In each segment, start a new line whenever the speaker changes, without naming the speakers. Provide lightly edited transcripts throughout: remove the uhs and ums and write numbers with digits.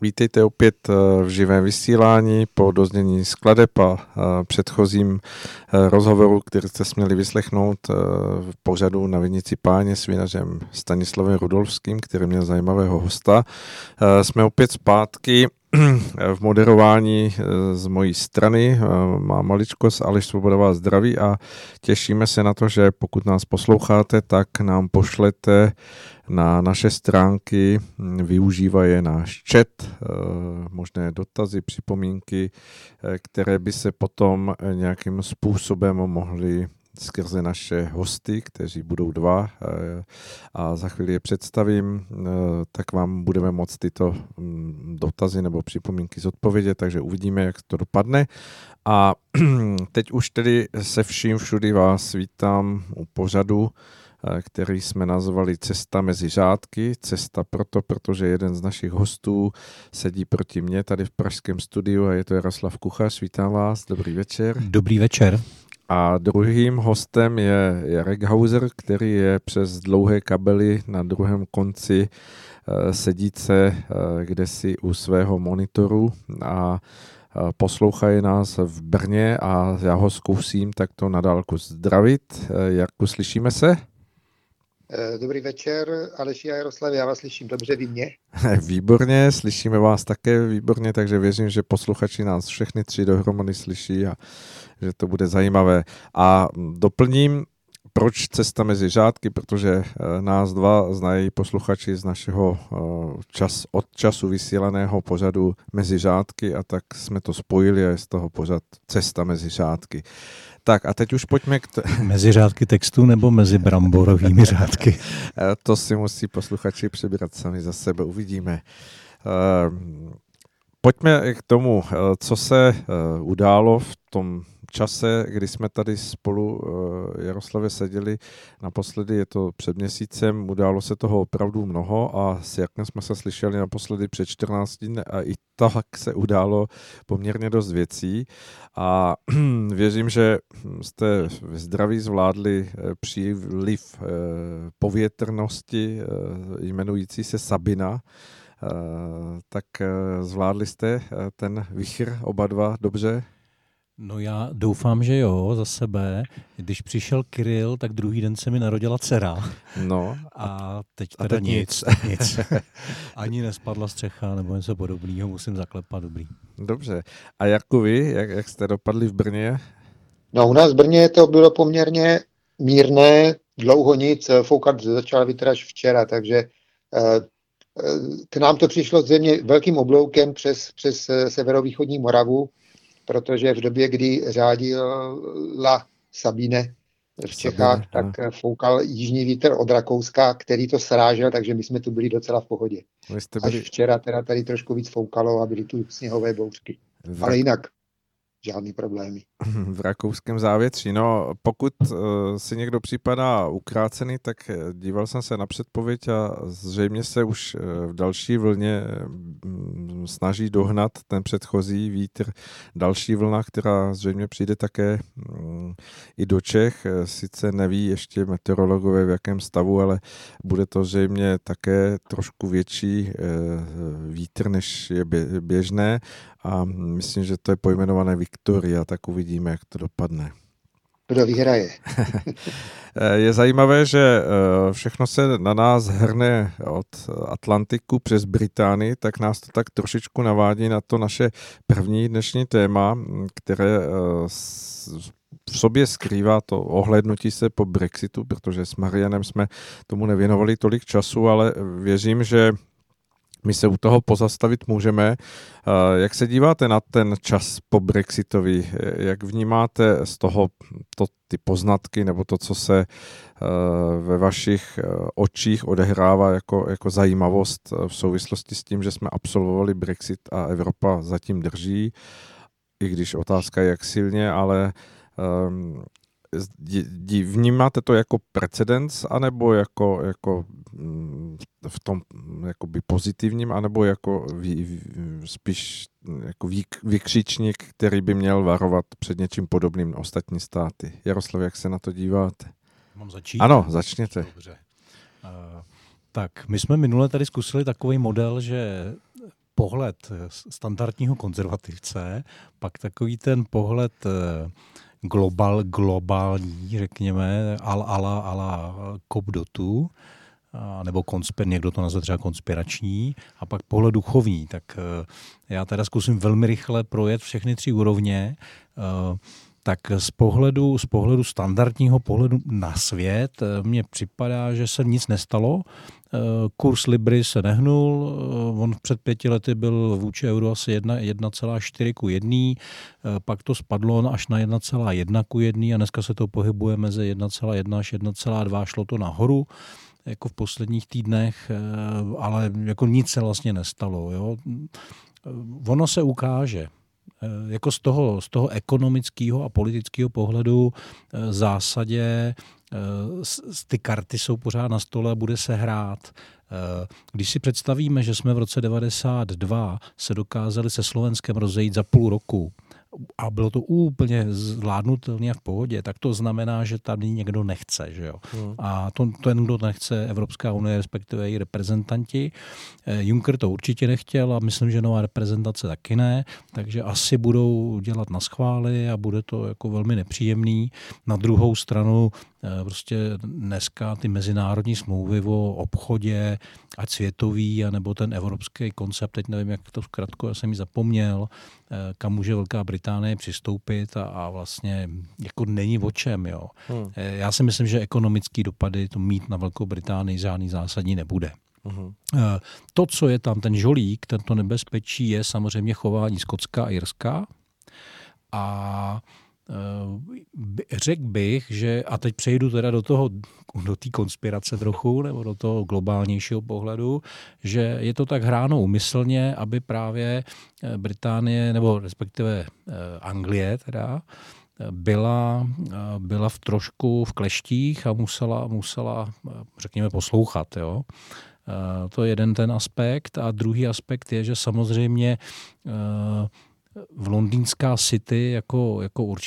Vítejte opět v živém vysílání po doznění skladeb a předchozím rozhovoru, který jste směli vyslechnout v pořadu Na vinici páně s vinařem Stanislavem Rudolfským, který měl zajímavého hosta. Jsme opět zpátky v moderování z mojí strany. Má maličkost, Aleš Svoboda vás zdraví a těšíme se na to, že pokud nás posloucháte, tak nám pošlete na naše stránky, využívají náš chat, možné dotazy, připomínky, které by se potom nějakým způsobem mohly skrze naše hosty, kteří budou dva a za chvíli je představím, tak vám budeme moct tyto dotazy nebo připomínky zodpovědět, takže uvidíme, jak to dopadne. A teď už tedy se vším všudy vás vítám u pořadu, který jsme nazvali Cesta mezi řádky. Cesta protože jeden z našich hostů sedí proti mně tady v pražském studiu a je to Jaroslav Kuchař. Vítám vás, dobrý večer.
Dobrý večer.
A druhým hostem je Jarek Hauser, který je přes dlouhé kabely na druhém konci sedíce kdesi u svého monitoru a poslouchají nás v Brně a já ho zkusím takto na dálku zdravit. Jarku, slyšíme se?
Dobrý večer, Aleši a Jaroslav, já vás slyším dobře, vy mě?
Výborně, slyšíme vás také výborně, takže věřím, že posluchači nás všechny tři dohromady slyší a že to bude zajímavé. A doplním, proč Cesta mezi řádky, protože nás dva znají posluchači z našeho od času vysílaného pořadu Mezi řádky a tak jsme to spojili a je z toho pořad Cesta mezi řádky. Tak a teď už pojďme
Mezi řádky textu nebo mezi bramborovými řádky?
To si musí posluchači přebírat sami za sebe, uvidíme. Pojďme k tomu, co se událo v tom čase, kdy jsme tady spolu, Jaroslavě, seděli naposledy, je to před měsícem, událo se toho opravdu mnoho a s Jarkem jsme se slyšeli naposledy před 14 dny a i tak se událo poměrně dost věcí a věřím, že jste v zdraví zvládli příliv povětrnosti jmenující se Sabina. Tak zvládli jste ten vichr oba dva dobře?
No já doufám, že jo, za sebe. Když přišel Kiril, tak druhý den se mi narodila dcera.
No.
A teď teda nic. Ani nespadla střecha nebo něco podobného, musím zaklepat, dobrý.
Dobře. A Jarku, vy, jak jste dopadli v Brně?
No u nás v Brně to bylo poměrně mírné, dlouho nic, foukat začal vítr až včera, takže k nám to přišlo zřejmě velkým obloukem přes severovýchodní Moravu, protože v době, kdy řádila Sabine v Čechách, tak foukal jižní vítr od Rakouska, který to srážel, takže my jsme tu byli docela v pohodě. Až včera teda tady trošku víc foukalo a byly tu sněhové bouřky. Ale jinak žádný problémy.
V rakouském závětří. No, pokud si někdo připadá ukrácený, tak díval jsem se na předpověď a zřejmě se už v další vlně snaží dohnat ten předchozí vítr. Další vlna, která zřejmě přijde také i do Čech. Sice neví ještě meteorologové v jakém stavu, ale bude to zřejmě také trošku větší vítr, než je běžné. A myslím, že to je pojmenované Viktoria, tak uvidíme, jak to dopadne.
Kdo vyhraje?
Je zajímavé, že všechno se na nás hrne od Atlantiku přes Británii, tak nás to tak trošičku navádí na to naše první dnešní téma, které v sobě skrývá to ohlédnutí se po Brexitu, protože s Marianem jsme tomu nevěnovali tolik času, ale věřím, že my se u toho pozastavit můžeme. Jak se díváte na ten čas po Brexitovi? Jak vnímáte z toho ty poznatky nebo to, co se ve vašich očích odehrává jako zajímavost v souvislosti s tím, že jsme absolvovali Brexit a Evropa zatím drží, i když otázka je jak silně, ale vnímáte to jako precedens, anebo jako v tom jakoby pozitivním, anebo jako spíš jako vykřičník, který by měl varovat před něčím podobným ostatní státy? Jaroslav, jak se na to díváte?
Mám začít?
Ano, začněte.
Dobře. Tak, my jsme minule tady zkusili takový model, že pohled standardního konzervativce, pak takový ten pohled globální, řekněme, ala Cop.dotu, nebo někdo to nazve třeba konspirační, a pak pohled duchovní. Tak já teda zkusím velmi rychle projet všechny 3 úrovně. Tak z pohledu standardního pohledu na svět mně připadá, že se nic nestalo. Kurz Libry se nehnul, on před 5 lety byl vůči euru asi 1,4:1, pak to spadlo až na 1,1:1 a dneska se to pohybuje mezi 1,1 až 1,2, šlo to nahoru jako v posledních týdnech, ale jako nic se vlastně nestalo. Jo. Ono se ukáže. Jako z toho ekonomického a politického pohledu v zásadě ty karty jsou pořád na stole a bude se hrát. Když si představíme, že jsme v roce 92 se dokázali se Slovenskem rozejít za půl roku a bylo to úplně zvládnutelné a v pohodě, tak to znamená, že tady někdo nechce. Že jo? A ten, kdo nechce, Evropská unie, respektive její reprezentanti. Juncker to určitě nechtěl a myslím, že nová reprezentace taky ne, takže asi budou dělat naschvály a bude to jako velmi nepříjemný. Na druhou stranu prostě dneska ty mezinárodní smlouvy o obchodě, ať světový, anebo ten evropský koncept, teď nevím, jak to zkrátko, já jsem ji zapomněl, kam může Velká Británie přistoupit a vlastně jako není o čem. Jo. Já si myslím, že ekonomický dopady to mít na Velkou Británii žádný zásadní nebude. To, co je tam, ten žolík, tento nebezpečí, je samozřejmě chování Skotska a Irska. A řekl bych, že, a teď přejdu teda do té konspirace trochu, nebo do toho globálnějšího pohledu, že je to tak hráno úmyslně, aby právě Británie, nebo respektive Anglie teda, byla trošku v kleštích a musela, řekněme, poslouchat. Jo? To je jeden ten aspekt. A druhý aspekt je, že samozřejmě v londýnská city jako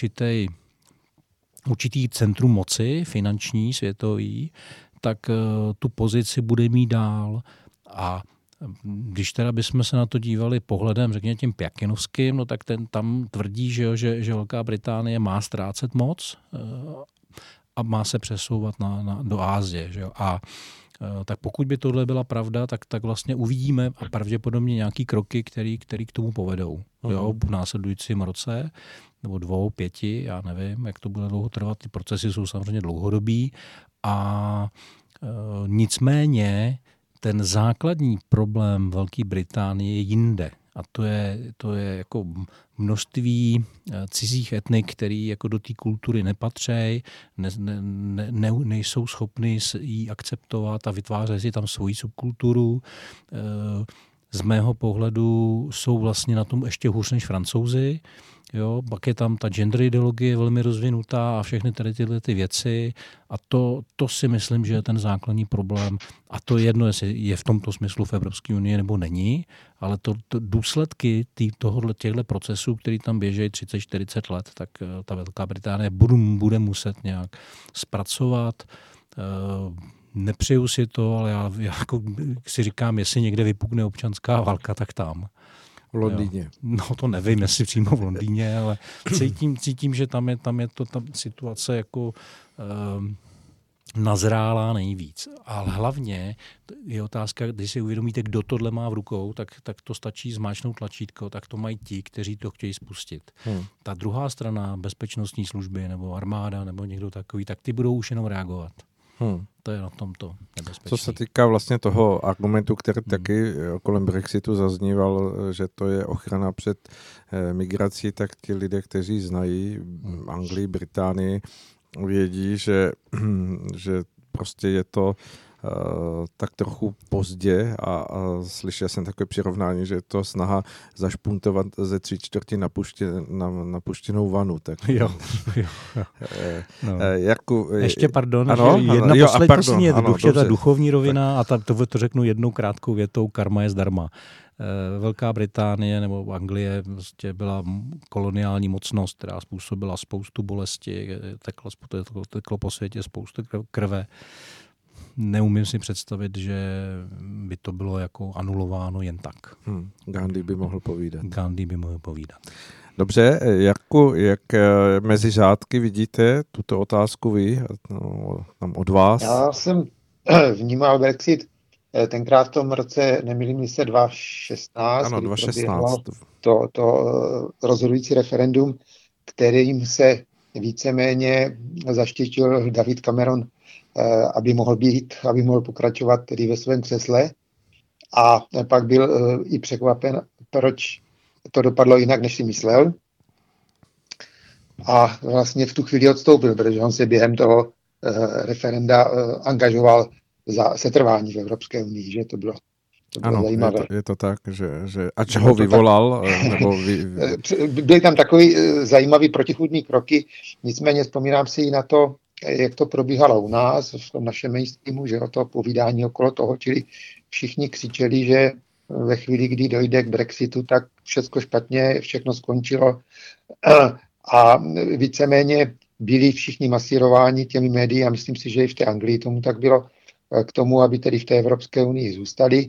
určitý centrum moci, finanční, světový, tak tu pozici bude mít dál. A když teda bychom se na to dívali pohledem, řekněme tím pjakinovským, no tak ten tam tvrdí, že Velká Británie má ztrácet moc a má se přesouvat do Asie. Že jo? A tak pokud by tohle byla pravda, tak vlastně uvidíme a pravděpodobně nějaký kroky, který k tomu povedou. Jo, v následujícím roce, nebo 2, 5, já nevím, jak to bude dlouho trvat. Ty procesy jsou samozřejmě dlouhodobý a nicméně ten základní problém Velké Británie je jinde. A to je jako množství cizích etnik, který jako do té kultury nepatří, nejsou schopni ji akceptovat a vytvářejí si tam svoji subkulturu. Z mého pohledu jsou vlastně na tom ještě hůř než Francouzi. Jo, pak je tam ta gender ideologie velmi rozvinutá a všechny tady tyhle ty věci a to si myslím, že je ten základní problém a to je jedno, jestli je v tomto smyslu v Evropské unii nebo není, ale to důsledky těchto procesů, který tam běžejí 30-40 let, tak ta Velká Británie bude muset nějak zpracovat. Nepřeju si to, ale já jako si říkám, jestli někde vypukne občanská válka, tak tam.
V Londýně.
Jo. No to nevím, jestli přímo v Londýně, ale cítím, že tam je ta situace jako nazrálá nejvíc. Ale hlavně je otázka, když si uvědomíte, kdo tohle má v rukou, tak to stačí zmáčknout tlačítko, tak to mají ti, kteří to chtějí spustit. Ta druhá strana, bezpečnostní služby nebo armáda nebo někdo takový, tak ty budou už jenom reagovat. To je na tomto nebezpečný.
Co se týká vlastně toho argumentu, který taky kolem Brexitu zazníval, že to je ochrana před migrací, tak ti lidé, kteří znají Anglii, Británii, vědí, že prostě je to tak trochu pozdě a slyšel jsem takové přirovnání, že je to snaha zašpuntovat ze 3/4 napuštěnou vanu. Tak.
Jo.
No. Jarku,
ještě pardon,
ano,
jedna poslední je ta duchovní rovina a to řeknu jednou krátkou větou, karma je zdarma. Velká Británie nebo Anglie vlastně byla koloniální mocnost, která způsobila spoustu bolesti, teklo po světě spoustu krve. neumím si představit, že by to bylo jako anulováno jen tak.
Gandhi by mohl povídat. Dobře, jak mezi řádky vidíte tuto otázku vy, tam od vás?
Já jsem vnímal Brexit tenkrát v tom roce, nemýlím se, 2016,
ano, 2016.
To rozhodující referendum, kterým se víceméně zaštitil David Cameron, aby mohl pokračovat tedy ve svém křesle. A pak byl i překvapen, proč to dopadlo jinak, než si myslel. A vlastně v tu chvíli odstoupil, protože on se během toho referenda angažoval za setrvání v Evropské unii, že to bylo zajímavé.
Je to tak, že ač ho vyvolal, nebo
byly tam takový zajímavý protichůdný kroky, nicméně vzpomínám si i na to, jak to probíhalo u nás, v tom našem mainstreamu, že o to povídání okolo toho, čili všichni křičeli, že ve chvíli, kdy dojde k Brexitu, tak všechno špatně, všechno skončilo a víceméně byli všichni masírováni těmi médii a myslím si, že i v té Anglii tomu tak bylo, k tomu, aby tedy v té Evropské unii zůstali.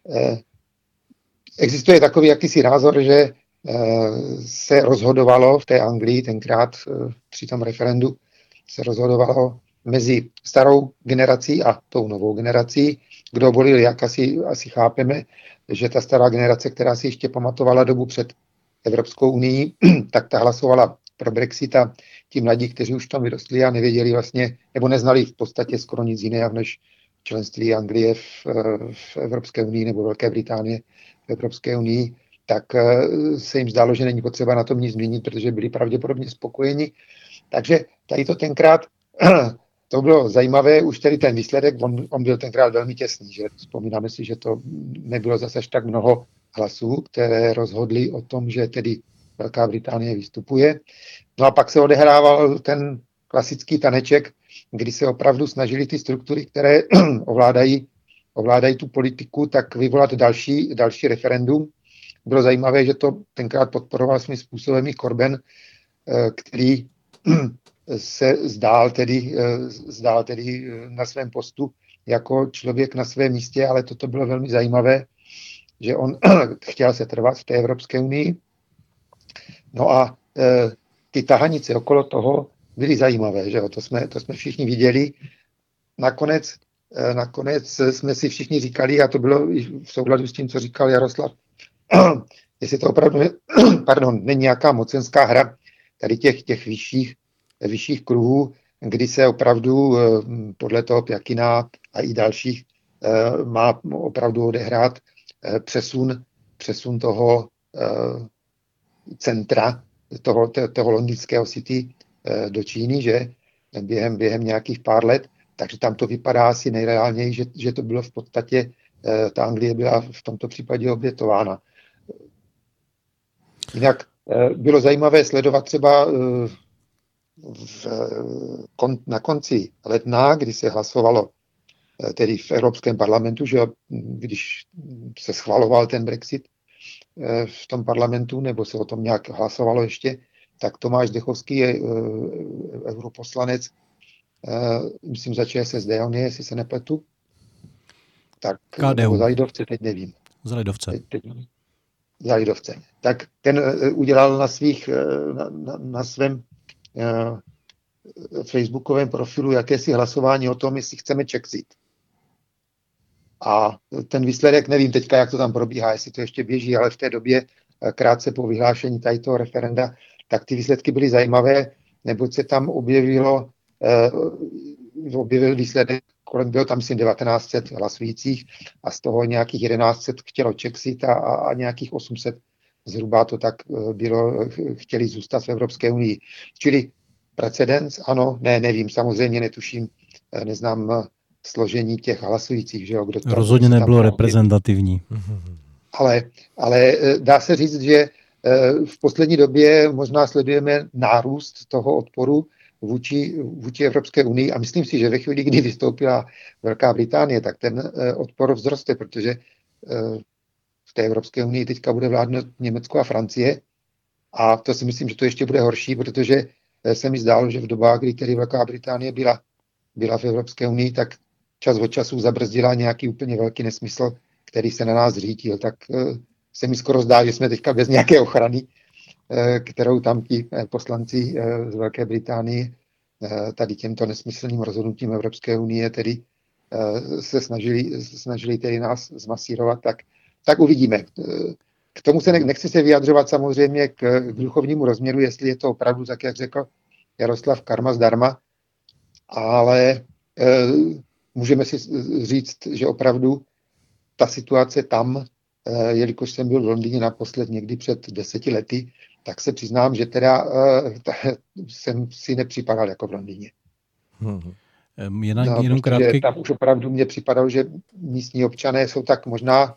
Existuje takový jakýsi názor, že se rozhodovalo v té Anglii tenkrát při tom referendu, se rozhodovalo mezi starou generací a tou novou generací. Kdo volil, jak asi chápeme, že ta stará generace, která si ještě pamatovala dobu před Evropskou unii, tak ta hlasovala pro Brexit a ti mladí, kteří už tam vyrostli a nevěděli vlastně, nebo neznali v podstatě skoro nic jiného než členství Anglie v Evropské unii nebo Velké Británie v Evropské unii, tak se jim zdálo, že není potřeba na tom nic změnit, protože byli pravděpodobně spokojeni. Takže tady to tenkrát, to bylo zajímavé, už tedy ten výsledek, on byl tenkrát velmi těsný, že vzpomínáme si, že to nebylo zase tak mnoho hlasů, které rozhodly o tom, že tedy Velká Británie vystupuje. No a pak se odehrával ten klasický taneček, kdy se opravdu snažili ty struktury, které ovládají tu politiku, tak vyvolat další referendum. Bylo zajímavé, že to tenkrát podporoval svým způsobem i Corbyn, který se zdál tedy na svém postu jako člověk na svém místě, ale toto bylo velmi zajímavé, že on chtěl se trvat v té Evropské unii. No a ty tahanice okolo toho byly zajímavé, že jo? To jsme všichni viděli. Nakonec jsme si všichni říkali, a to bylo i v souladu s tím, co říkal Jaroslav, jestli to opravdu není nějaká mocenská hra tady těch vyšších kruhů, kdy se opravdu podle toho Pjakina a i dalších má opravdu odehrát přesun toho centra, toho londýnského city do Číny, že během nějakých pár let, takže tam to vypadá asi nejreálněji, že to bylo v podstatě, ta Anglie byla v tomto případě obětována. Jinak bylo zajímavé sledovat třeba na konci ledna, kdy se hlasovalo tedy v Evropském parlamentu, že když se schvaloval ten Brexit v tom parlamentu, nebo se o tom nějak hlasovalo ještě, tak Tomáš Zdechovský je europoslanec, myslím za ČSSD, on je, jestli se nepletu. Tak za lidovce, teď nevím.
Za lidovce.
Za lidovce. Tak ten udělal na svém facebookovém profilu jakési hlasování o tom, jestli chceme Czexit. A ten výsledek, nevím teďka, jak to tam probíhá, jestli to ještě běží, ale v té době, krátce po vyhlášení tady toho referenda, tak ty výsledky byly zajímavé, neboť se tam objevil výsledek, bylo tam asi 1900 hlasujících a z toho nějakých 1100 chtělo Czexit a nějakých 800 zhruba to tak bylo, chtěli zůstat v Evropské unii. Čili precedens, ano, nevím, samozřejmě netuším, neznám složení těch hlasujících. Že jo,
rozhodně nebylo reprezentativní.
Ale dá se říct, že v poslední době možná sledujeme nárůst toho odporu vůči Evropské unii a myslím si, že ve chvíli, kdy vystoupila Velká Británie, tak ten odpor vzroste, protože v té Evropské unii teďka bude vládnout Německo a Francie a to si myslím, že to ještě bude horší, protože se mi zdálo, že v dobách, kdy tedy Velká Británie byla v Evropské unii, tak čas od času zabrzdila nějaký úplně velký nesmysl, který se na nás řídil, tak se mi skoro zdá, že jsme teďka bez nějaké ochrany, kterou tam ti poslanci z Velké Británie tady těmto nesmyslným rozhodnutím Evropské unie tedy se snažili tedy nás zmasírovat, tak uvidíme. K tomu se nechci se vyjadřovat samozřejmě k duchovnímu rozměru, jestli je to opravdu tak, jak řekl Jaroslav, karma zdarma, ale můžeme si říct, že opravdu ta situace tam, jelikož jsem byl v Londýně naposled někdy před 10 lety, tak se přiznám, že teda jsem si nepřipadal jako v Londýně.
Jenom krátky...
Tam už opravdu mě připadalo, že místní občané jsou tak možná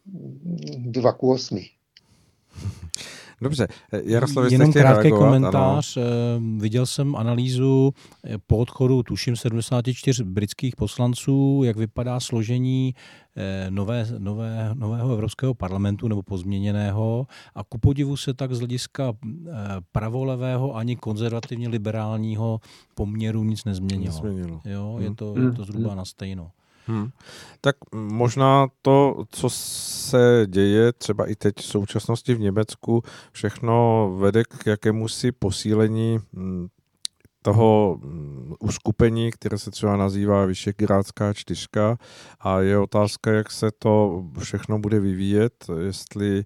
2:8.
Dobře, Jaroslav,
jenom krátký komentář. Ano. Viděl jsem analýzu po odchodu, tuším, 74 britských poslanců, jak vypadá složení nového Evropského parlamentu nebo pozměněného, a ku podivu se tak z hlediska pravolevého ani konzervativně liberálního poměru nic nezměnilo. Jo, je to zhruba na stejno.
Tak možná to, co se děje třeba i teď v současnosti v Německu, všechno vede k jakémusi posílení toho uskupení, které se třeba nazývá Visegrádská čtyřka, a je otázka, jak se to všechno bude vyvíjet, jestli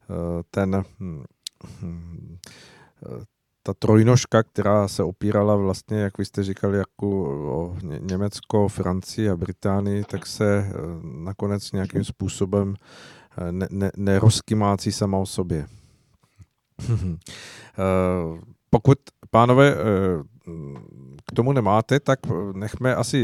ta trojnožka, která se opírala vlastně, jak vy jste říkali, jako o Německo, Francii a Británii, tak se nakonec nějakým způsobem nerozkymácí sama o sobě. Pokud, pánové, k tomu nemáte, tak nechme asi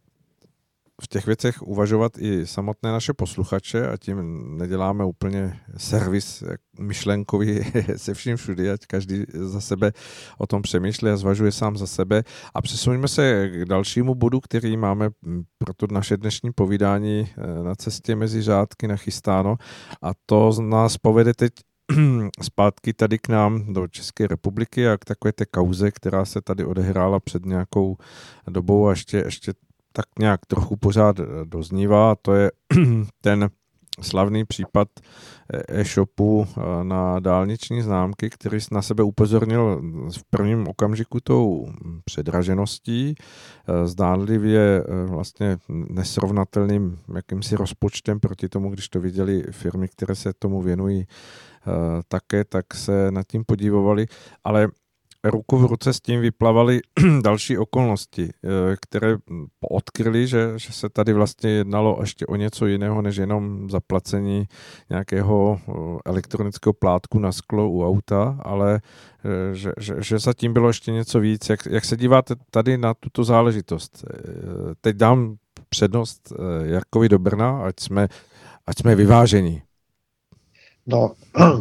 v těch věcech uvažovat i samotné naše posluchače, a tím neděláme úplně servis myšlenkový se vším všudy, ať každý za sebe o tom přemýšlí a zvažuje sám za sebe. A přesuňme se k dalšímu bodu, který máme pro to naše dnešní povídání na cestě mezi řádky nachystáno, a to nás povede teď zpátky tady k nám do České republiky a k takové té kauze, která se tady odehrála před nějakou dobou a ještě tak nějak trochu pořád doznívá. To je ten slavný případ e-shopu na dálniční známky, který na sebe upozornil v prvním okamžiku tou předražeností, zdánlivě vlastně nesrovnatelným jakýmsi rozpočtem proti tomu, když to viděli firmy, které se tomu věnují také, tak se nad tím podívovali, ale ruku v ruce s tím vyplavaly další okolnosti, které odkryly, že se tady vlastně jednalo ještě o něco jiného, než jenom zaplacení nějakého elektronického plátku na sklo u auta, ale že zatím bylo ještě něco víc. Jak se díváte tady na tuto záležitost? Teď dám přednost Jarkovi do Brna, ať jsme vyvážení.
No,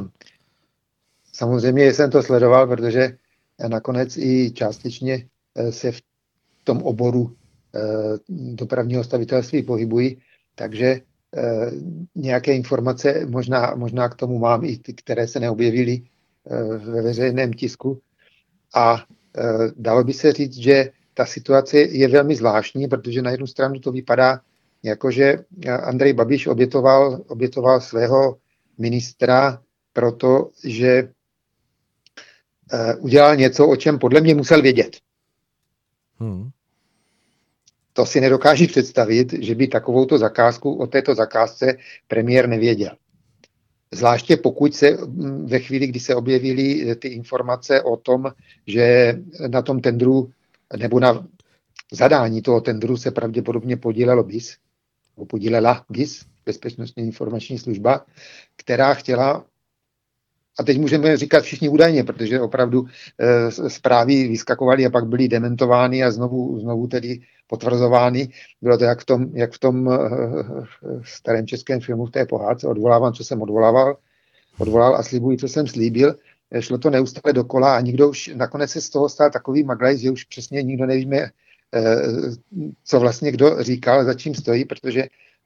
samozřejmě jsem to sledoval, protože nakonec i částečně se v tom oboru dopravního stavitelství pohybují, takže nějaké informace možná k tomu mám i ty, které se neobjevily ve veřejném tisku. A dalo by se říct, že ta situace je velmi zvláštní, protože na jednu stranu to vypadá, jako že Andrej Babiš obětoval svého ministra, protože udělal něco, o čem podle mě musel vědět. To si nedokáží představit, že by takovouto zakázku o této zakázce premiér nevěděl. Zvláště pokud se ve chvíli, kdy se objevily ty informace o tom, že na tom tendru nebo na zadání toho tendru se pravděpodobně podílela BIS, Bezpečnostní informační služba, která chtěla, a teď můžeme říkat všichni údajně, protože opravdu zprávy vyskakovaly a pak byly dementovány a znovu tedy potvrzovány. Bylo to jak v tom starém českém filmu v té pohádce, odvolávám, co jsem odvolal a slibuji, co jsem slíbil. Šlo to neustále dokola a nikdo už nakonec se z toho stal takový maglajs, že už přesně nikdo nevíme, co vlastně kdo říkal, za čím stojí, protože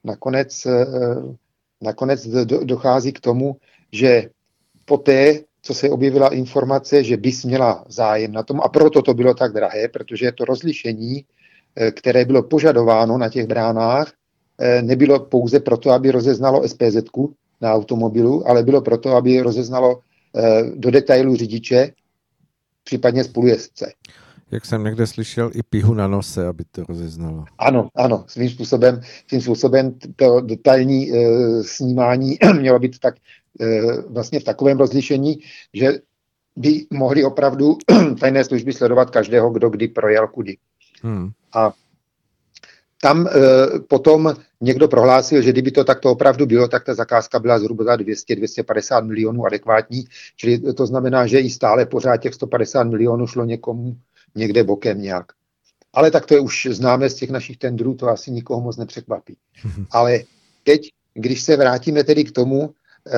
nakonec dochází k tomu, že poté, co se objevila informace, že BIS měla zájem na tom, a proto to bylo tak drahé, protože to rozlišení které bylo požadováno na těch bránách, nebylo pouze proto, aby rozeznalo SPZ-ku na automobilu, ale bylo proto, aby rozeznalo do detailu řidiče, případně spolujezdce.
Jak jsem někde slyšel, i pihu na nose, aby to rozeznalo.
Ano, svým způsobem to detailní snímání mělo být tak vlastně v takovém rozlišení, že by mohli opravdu tajné služby sledovat každého, kdo kdy projel kudy. A tam potom někdo prohlásil, že kdyby to takto opravdu bylo, tak ta zakázka byla zhruba za 200-250 milionů adekvátní, čili to znamená, že i stále pořád těch 150 milionů šlo někomu někde bokem nějak. Ale tak to je už známe z těch našich tendrů, to asi nikoho moc nepřekvapí. Ale teď, když se vrátíme tedy k tomu,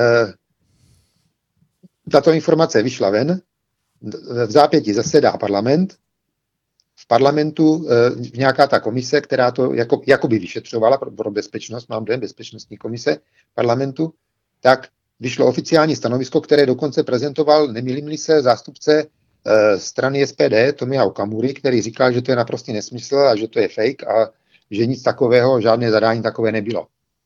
tato informace vyšla ven, v zápětí zasedá parlament, v parlamentu nějaká ta komise, která to jakoby vyšetřovala pro bezpečnost, mám dojem bezpečnostní komise parlamentu, tak vyšlo oficiální stanovisko, které dokonce prezentoval, nemýlím-li se, zástupce strany SPD Tomia Okamury, který říkal, že to je naprostý nesmysl a že to je fake a že nic takového, žádné zadání takové nebylo.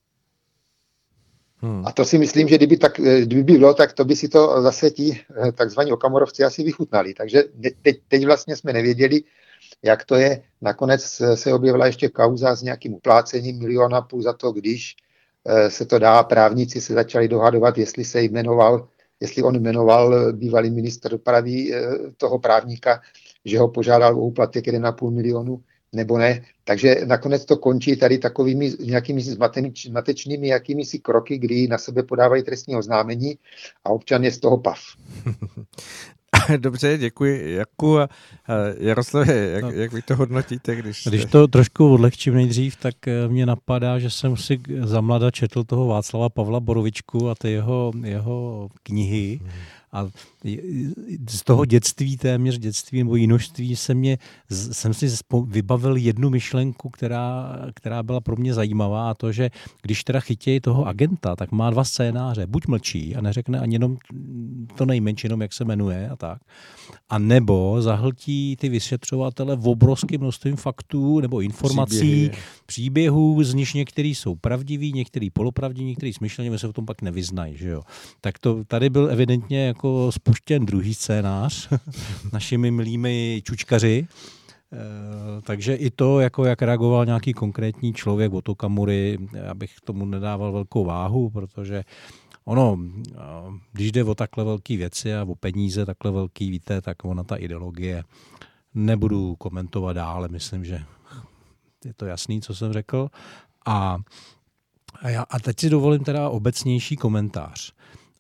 A to si myslím, že kdyby bylo, tak to by si to zase ti takzvaní Okamurovci asi vychutnali. Takže teď vlastně jsme nevěděli, jak to je. Nakonec se objevila ještě kauza s nějakým uplácením 1,5 milionu za to, když se to dá, právníci se začali dohadovat, jestli on jmenoval bývalý ministr dopravy toho právníka, že ho požádal o úplatek 1,5 milionu, nebo ne. Takže nakonec to končí tady takovými nějakými zmatečnými jakýmisi kroky, kdy na sebe podávají trestní oznámení a občan je z toho pav.
Dobře, děkuji. Jakub a Jaroslavě, jak vy to hodnotíte?
Když to trošku odlehčím nejdřív, tak mě napadá, že jsem si zamlada četl toho Václava Pavla Borovičku a ty jeho knihy. A z toho dětství, téměř dětství nebo jinožství jsem si vybavil jednu myšlenku, která byla pro mě zajímavá, a to, že když teda chytějí toho agenta, tak má 2 scénáře. Buď mlčí a neřekne ani jenom to nejmenší, jenom jak se jmenuje a tak. A nebo zahltí ty vyšetřovatele v obrovským množstvím faktů nebo informací, příběhů, z nich některý jsou pravdiví, některý polopravdiví, některý smyšlený, my se v tom pak nevyznají. Že jo? Tak to tady byl evidentně jako spuštěn druhý scénář našimi milými čučkaři. Takže i to, jako jak reagoval nějaký konkrétní člověk od Okamury, já bych tomu nedával velkou váhu, protože ono, když jde o takhle velké věci a o peníze takhle velký, víte, tak ona ta ideologie nebudu komentovat dále, myslím, že je to jasný, co jsem řekl. A teď si dovolím teda obecnější komentář.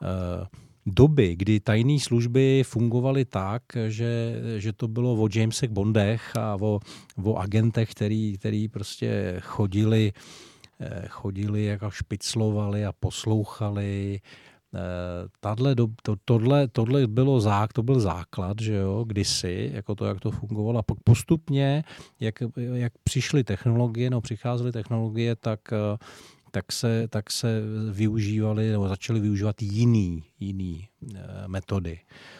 Doby, kdy tajné služby fungovaly tak, že to bylo o Jamesech Bondech a o agentech, který prostě chodili jako špiclovali a poslouchali. Tohle byl základ, že jo, kdysi, jako to, jak to fungovalo. A pak postupně, jak přišly technologie, nebo přicházely technologie, tak se využívaly nebo začaly využívat jiný metody.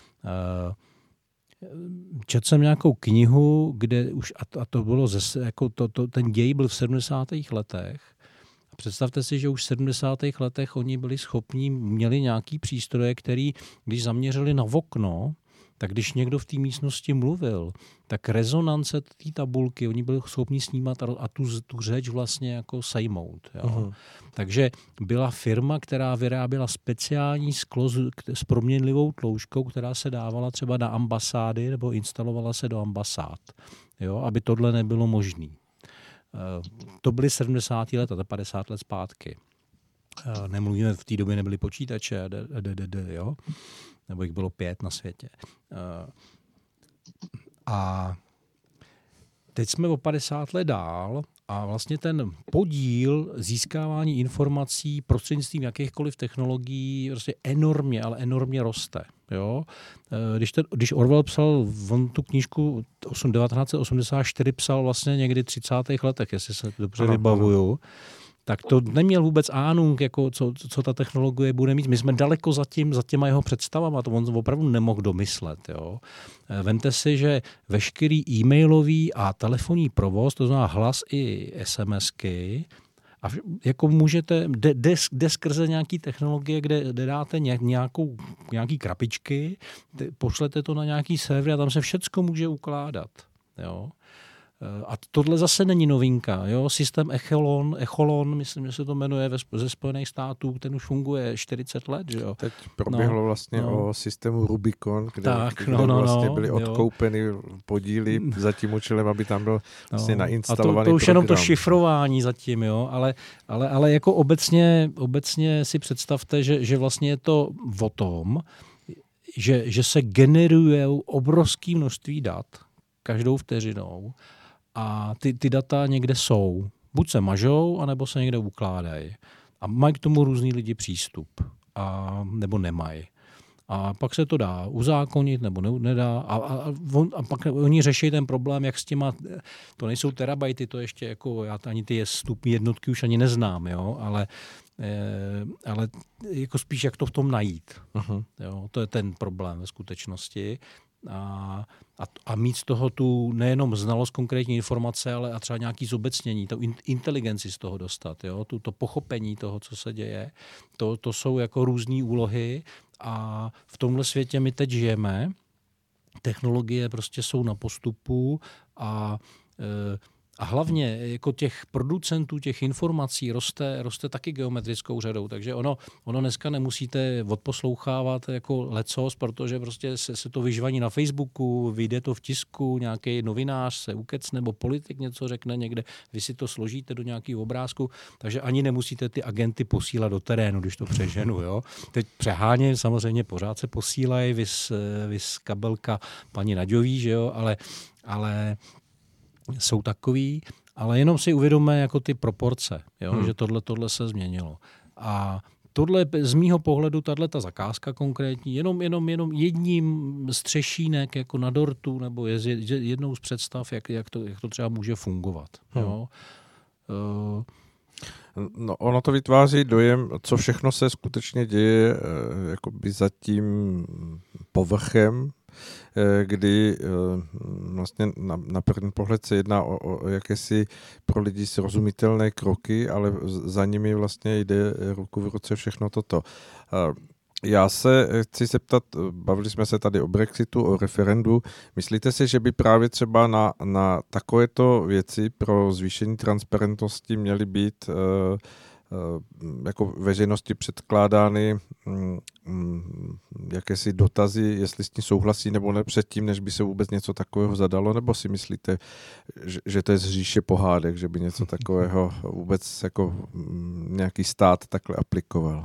Četl jsem nějakou knihu, kde už, a to bylo ten děj byl v 70. letech. Představte si, že už v 70. letech oni byli schopní, měli nějaký přístroje, který, když zaměřili na okno, tak když někdo v té místnosti mluvil, tak rezonance té tabulky, oni byli schopni snímat a tu řeč vlastně jako sejmout. Jo. Uh-huh. Takže byla firma, která vyráběla speciální sklo s proměnlivou tloušťkou, která se dávala třeba na ambasády nebo instalovala se do ambasád, jo, aby tohle nebylo možné. To byly 70. let a 50 let zpátky. Nemluvíme, v té době nebyly počítače, jo? Nebo jich bylo 5 na světě. A teď jsme o 50 let dál a vlastně ten podíl získávání informací prostřednictvím jakýchkoliv technologií prostě enormně roste. Jo? Když Orwell psal tu knížku 1984, psal vlastně někdy v 30. letech, jestli se dobře vybavuju, tak to neměl vůbec Ahnung, jako co ta technologie bude mít. My jsme daleko za těma jeho představama, to on opravdu nemohl domyslet. Jo. Vemte si, že veškerý e-mailový a telefonní provoz, to znamená hlas i SMSky, a jako můžete, jde skrze nějaký technologie, kde dáte nějaký krabičky, pošlete to na nějaký server a tam se všecko může ukládat. Jo. A tohle zase není novinka. Jo? Systém Echolon, myslím, že se to jmenuje ze Spojených států, ten už funguje 40 let. Že jo?
Teď proběhlo o systému Rubicon, kde vlastně byly odkoupeny podíly za tím účelem, aby tam byl vlastně nainstalovaný
a to už
program.
Jenom to šifrování zatím, jo? Ale jako obecně si představte, že vlastně je to o tom, že se generuje obrovské množství dat každou vteřinou, a ty data někde jsou. Buď se mažou, anebo se někde ukládají. A mají k tomu různý lidi přístup. Nebo nemají. A pak se to dá uzákonit, nebo nedá. A pak oni řeší ten problém, jak s těma, to nejsou terabajty, to ještě jako, já ani ty vstupní jednotky už ani neznám, jo, ale jako spíš jak to v tom najít. Uh-huh. Jo, to je ten problém ve skutečnosti. A mít z toho tu nejenom znalost konkrétní informace, ale a třeba nějaký zobecnění, tu inteligenci z toho dostat, jo? To pochopení toho, co se děje, to jsou jako různé úlohy a v tomhle světě my teď žijeme. Technologie prostě jsou na postupu a hlavně jako těch producentů těch informací roste taky geometrickou řadou, takže ono dneska nemusíte odposlouchávat jako lecos, protože prostě se to vyžvaní na Facebooku, vyjde to v tisku, nějaký novinář se ukec nebo politik něco řekne někde, vy si to složíte do nějakého obrázku, takže ani nemusíte ty agenty posílat do terénu, když to přeženu. Jo. Teď přeháně samozřejmě pořád se posílají, vys kabelka paní Naďový, že jo, ale jsou takový, ale jenom si uvědomme jako ty proporce, jo? Že tohle se změnilo. A tohle z mýho pohledu, tato zakázka konkrétní, jenom jedním střešínek jako na dortu, nebo je jednou z představ, jak to třeba může fungovat. Jo?
No, ono to vytváří dojem, co všechno se skutečně děje jakoby za tím povrchem, kdy vlastně na první pohled se jedná o jakési pro lidi srozumitelné kroky, ale za nimi vlastně jde ruku v ruce všechno toto. Já se chci zeptat, bavili jsme se tady o Brexitu, o referendu. Myslíte si, že by právě třeba na takovéto věci pro zvýšení transparentnosti měly být jako veřejnosti předkládány jakési dotazy, jestli s tím souhlasí nebo ne předtím, než by se vůbec něco takového zadalo, nebo si myslíte, že to je z říše pohádek, že by něco takového vůbec jako nějaký stát takhle aplikoval?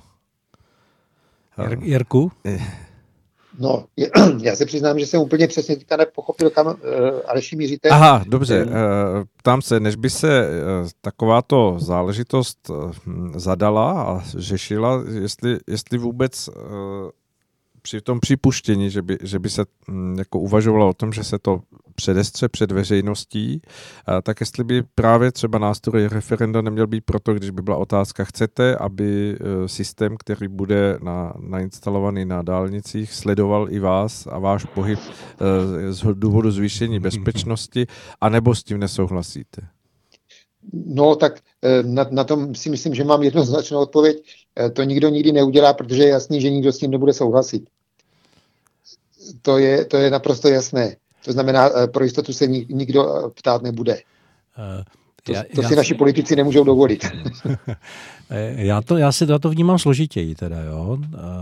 Jirku?
No, já se přiznám, že jsem úplně přesně teďka nepochopil, kam Aleši míříte.
Aha, dobře. Ptám se, než by se takováto záležitost zadala a řešila, jestli vůbec při tom připuštění, že by se jako uvažovalo o tom, že se to předestře před veřejností, tak jestli by právě třeba nástroj referenda neměl být proto, když by byla otázka, chcete, aby systém, který bude nainstalovaný na dálnicích, sledoval i vás a váš pohyb z důvodu zvýšení bezpečnosti, anebo s tím nesouhlasíte?
No tak na tom si myslím, že mám jednoznačnou odpověď. To nikdo nikdy neudělá, protože je jasný, že nikdo s tím nebude souhlasit. To je naprosto jasné. To znamená, pro jistotu se nikdo ptát nebude. To si naši politici nemůžou dovolit.
Já to vnímám složitěji teda, jo.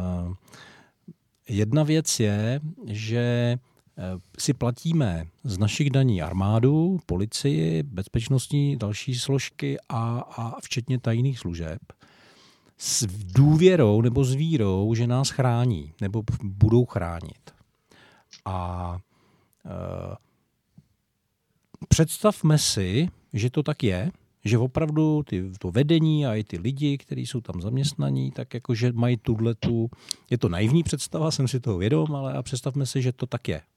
Jedna věc je, že si platíme z našich daní armádu, policii, bezpečnostní další složky a včetně tajných služeb s důvěrou nebo s vírou, že nás chrání nebo budou chránit. A představme si, že to tak je, že opravdu to vedení a i ty lidi, kteří jsou tam zaměstnaní, tak jakože mají je to naivní představa, jsem si toho vědom, ale představme si, že to tak je.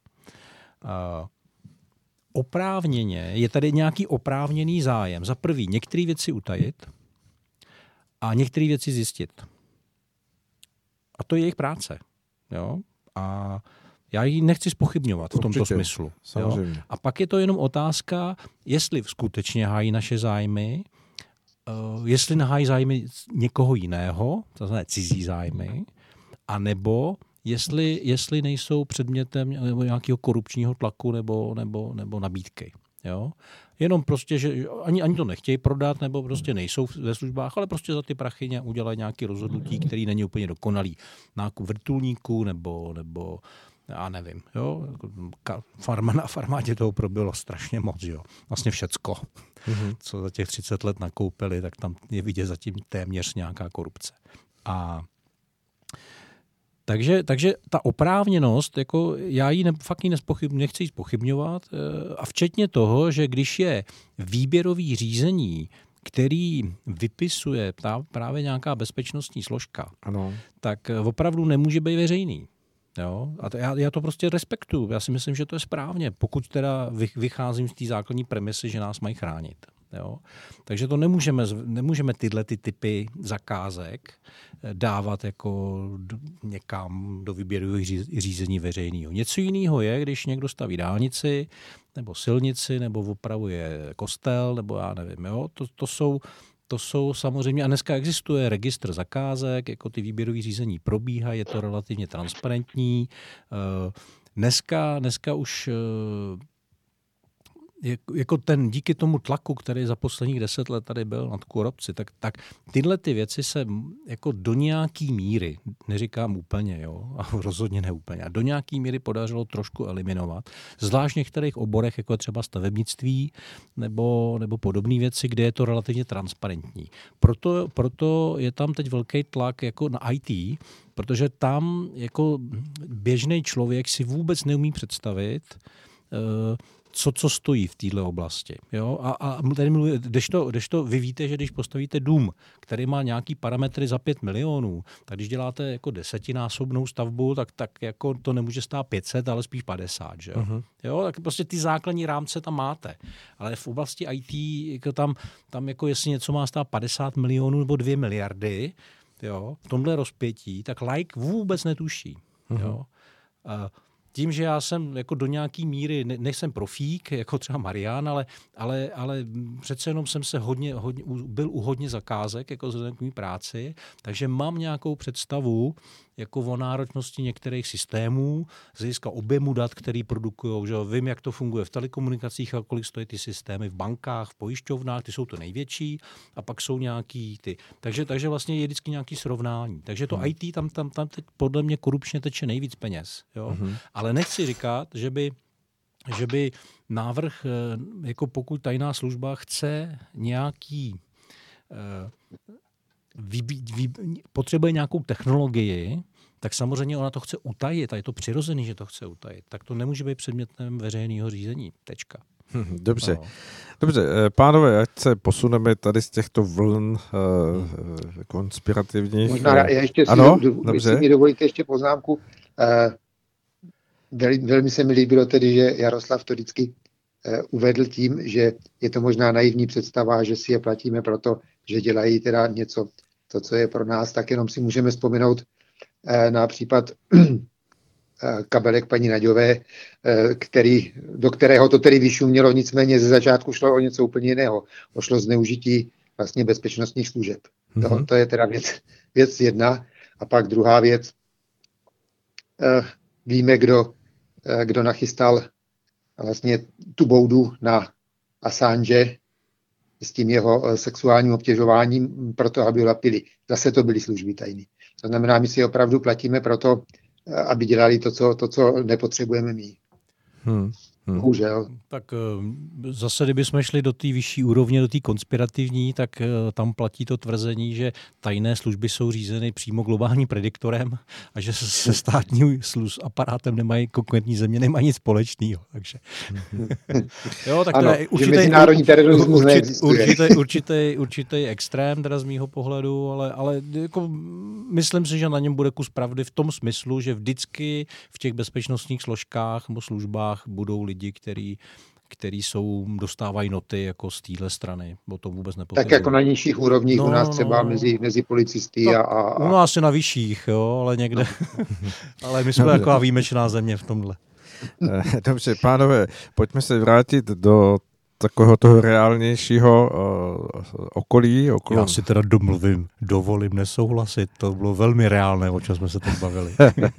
Oprávněně, je tady nějaký oprávněný zájem. Za prvý, některé věci utajit, a některé věci zjistit. A to je jejich práce. Jo? A já ji nechci zpochybňovat v tomto smyslu. Jo? A pak je to jenom otázka, jestli skutečně hájí naše zájmy, jestli nehájí zájmy někoho jiného, to znamená cizí zájmy, anebo jestli nejsou předmětem nějakého korupčního tlaku nebo nabídky. Jo? Jenom prostě, že ani to nechtějí prodat, nebo prostě nejsou ve službách, ale prostě za ty prachy udělají nějaké rozhodnutí, který není úplně dokonalý. Nákup vrtulníků nebo já nevím. Jo? Na farmátě toho proběhlo strašně moc. Jo? Vlastně všecko, co za těch 30 let nakoupili, tak tam je vidět zatím téměř nějaká korupce. Takže ta oprávněnost, jako já ji fakt nechci ji zpochybňovat, a včetně toho, že když je výběrový řízení, který vypisuje právě nějaká bezpečnostní složka, ano, tak opravdu nemůže být veřejný. Jo? A já to prostě respektuju. Já si myslím, že to je správně, pokud teda vycházím z té základní premisy, že nás mají chránit. Jo? Takže to nemůžeme tyhle typy zakázek dávat jako někam do výběrových řízení veřejného. Něco jiného je, když někdo staví dálnici nebo silnici nebo opravuje kostel nebo já nevím. Jo? To jsou samozřejmě, a dneska existuje registr zakázek, jako ty výběrové řízení probíhají, je to relativně transparentní. Dneska už jako díky tomu tlaku, který za posledních 10 let tady byl nad korupci, tak tyhle ty věci se jako do nějaký míry, neříkám úplně, jo, a rozhodně ne úplně, a do nějaký míry podařilo trošku eliminovat. Zvlášť v některých oborech, jako je třeba stavebnictví nebo podobné věci, kde je to relativně transparentní. Proto je tam teď velký tlak jako na IT, protože tam jako běžný člověk si vůbec neumí představit, co stojí v této oblasti. Jo? A tady kdežto vy víte, že když postavíte dům, který má nějaký parametry za 5 milionů, tak když děláte jako 10násobnou stavbu, tak jako to nemůže stát 500, ale spíš 50. Že jo? Uh-huh. Jo? Tak prostě ty základní rámce tam máte. Ale v oblasti IT jako tam jako jestli něco má stát 50 milionů nebo 2 miliardy, jo? V tomhle rozpětí, tak like vůbec netuší. Uh-huh. Jo? Tím, že já jsem jako do nějaký míry, nejsem profík, jako třeba Marián, ale přece jenom jsem se byl u hodně zakázek, jako vzhledem k mý práci, takže mám nějakou představu jako o náročnosti některých systémů, z hlediska objemu dat, který produkujou, že vím, jak to funguje v telekomunikacích a kolik stojí ty systémy v bankách, v pojišťovnách, ty jsou to největší, a pak jsou nějaký ty. Takže vlastně je vždycky nějaký srovnání. Takže to IT tam teď podle mě korupčně teče nejvíc peněz. Jo? Ale nechci říkat, že by návrh, jako pokud tajná služba chce nějaký potřebuje nějakou technologii, tak samozřejmě ona to chce utajit a je to přirozený, že to chce utajit. Tak to nemůže být předmětem veřejného řízení. Tečka.
Dobře. No. Dobře, pánové, ať se posuneme tady z těchto vln konspirativních.
Možná já ještě si mi dovolíte ještě poznámku. Velmi se mi líbilo tedy, že Jaroslav to vždycky uvedl tím, že je to možná naivní představa, že si je platíme proto, že dělají teda něco, to, co je pro nás, tak jenom si můžeme vzpomenout na případ kabelek paní Naďové, do kterého to tedy vyšumělo, nicméně ze začátku šlo o něco úplně jiného. Šlo zneužití vlastně bezpečnostních služeb. To je teda věc jedna. A pak druhá věc. Víme, kdo nachystal vlastně tu boudu na Assange s tím jeho sexuálním obtěžováním proto, aby lapili. Zase to byly služby tajné. To znamená, my si opravdu platíme proto, aby dělali to, co nepotřebujeme my. Bohužel.
Tak zase, kdybychom šli do té vyšší úrovně, do té konspirativní, tak tam platí to tvrzení, že tajné služby jsou řízeny přímo globálním prediktorem a že se státním aparátem nemají konkurentní země, nemají nic společného. Takže. Jo, tak
ano, to je mezinárodní terorismus neexistuje.
Určitý extrém teda z mýho pohledu, ale jako myslím si, že na něm bude kus pravdy v tom smyslu, že vždycky v těch bezpečnostních složkách nebo službách budou lidi, který dostávají noty jako z téhle strany. O tom vůbec nepochybuji.
Tak jako na nižších úrovních u nás třeba mezi policisty a...
U nás je na vyšších, jo, ale někde. Ale my jsme taková výjimečná země v tomhle.
Dobře, pánové, pojďme se vrátit do takového toho reálnějšího okolí.
Já si teda dovolím nesouhlasit. To bylo velmi reálné, o čem jsme se teď bavili.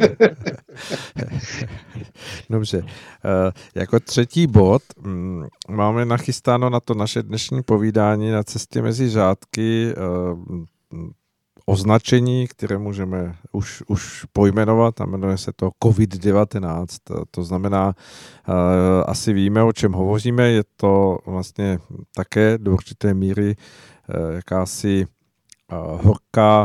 Dobře. Jako třetí bod máme nachystáno na to naše dnešní povídání na cestě mezi řádky označení, které můžeme už pojmenovat a jmenuje se to COVID-19. To znamená, asi víme, o čem hovoříme, je to vlastně také do určité míry jakási horká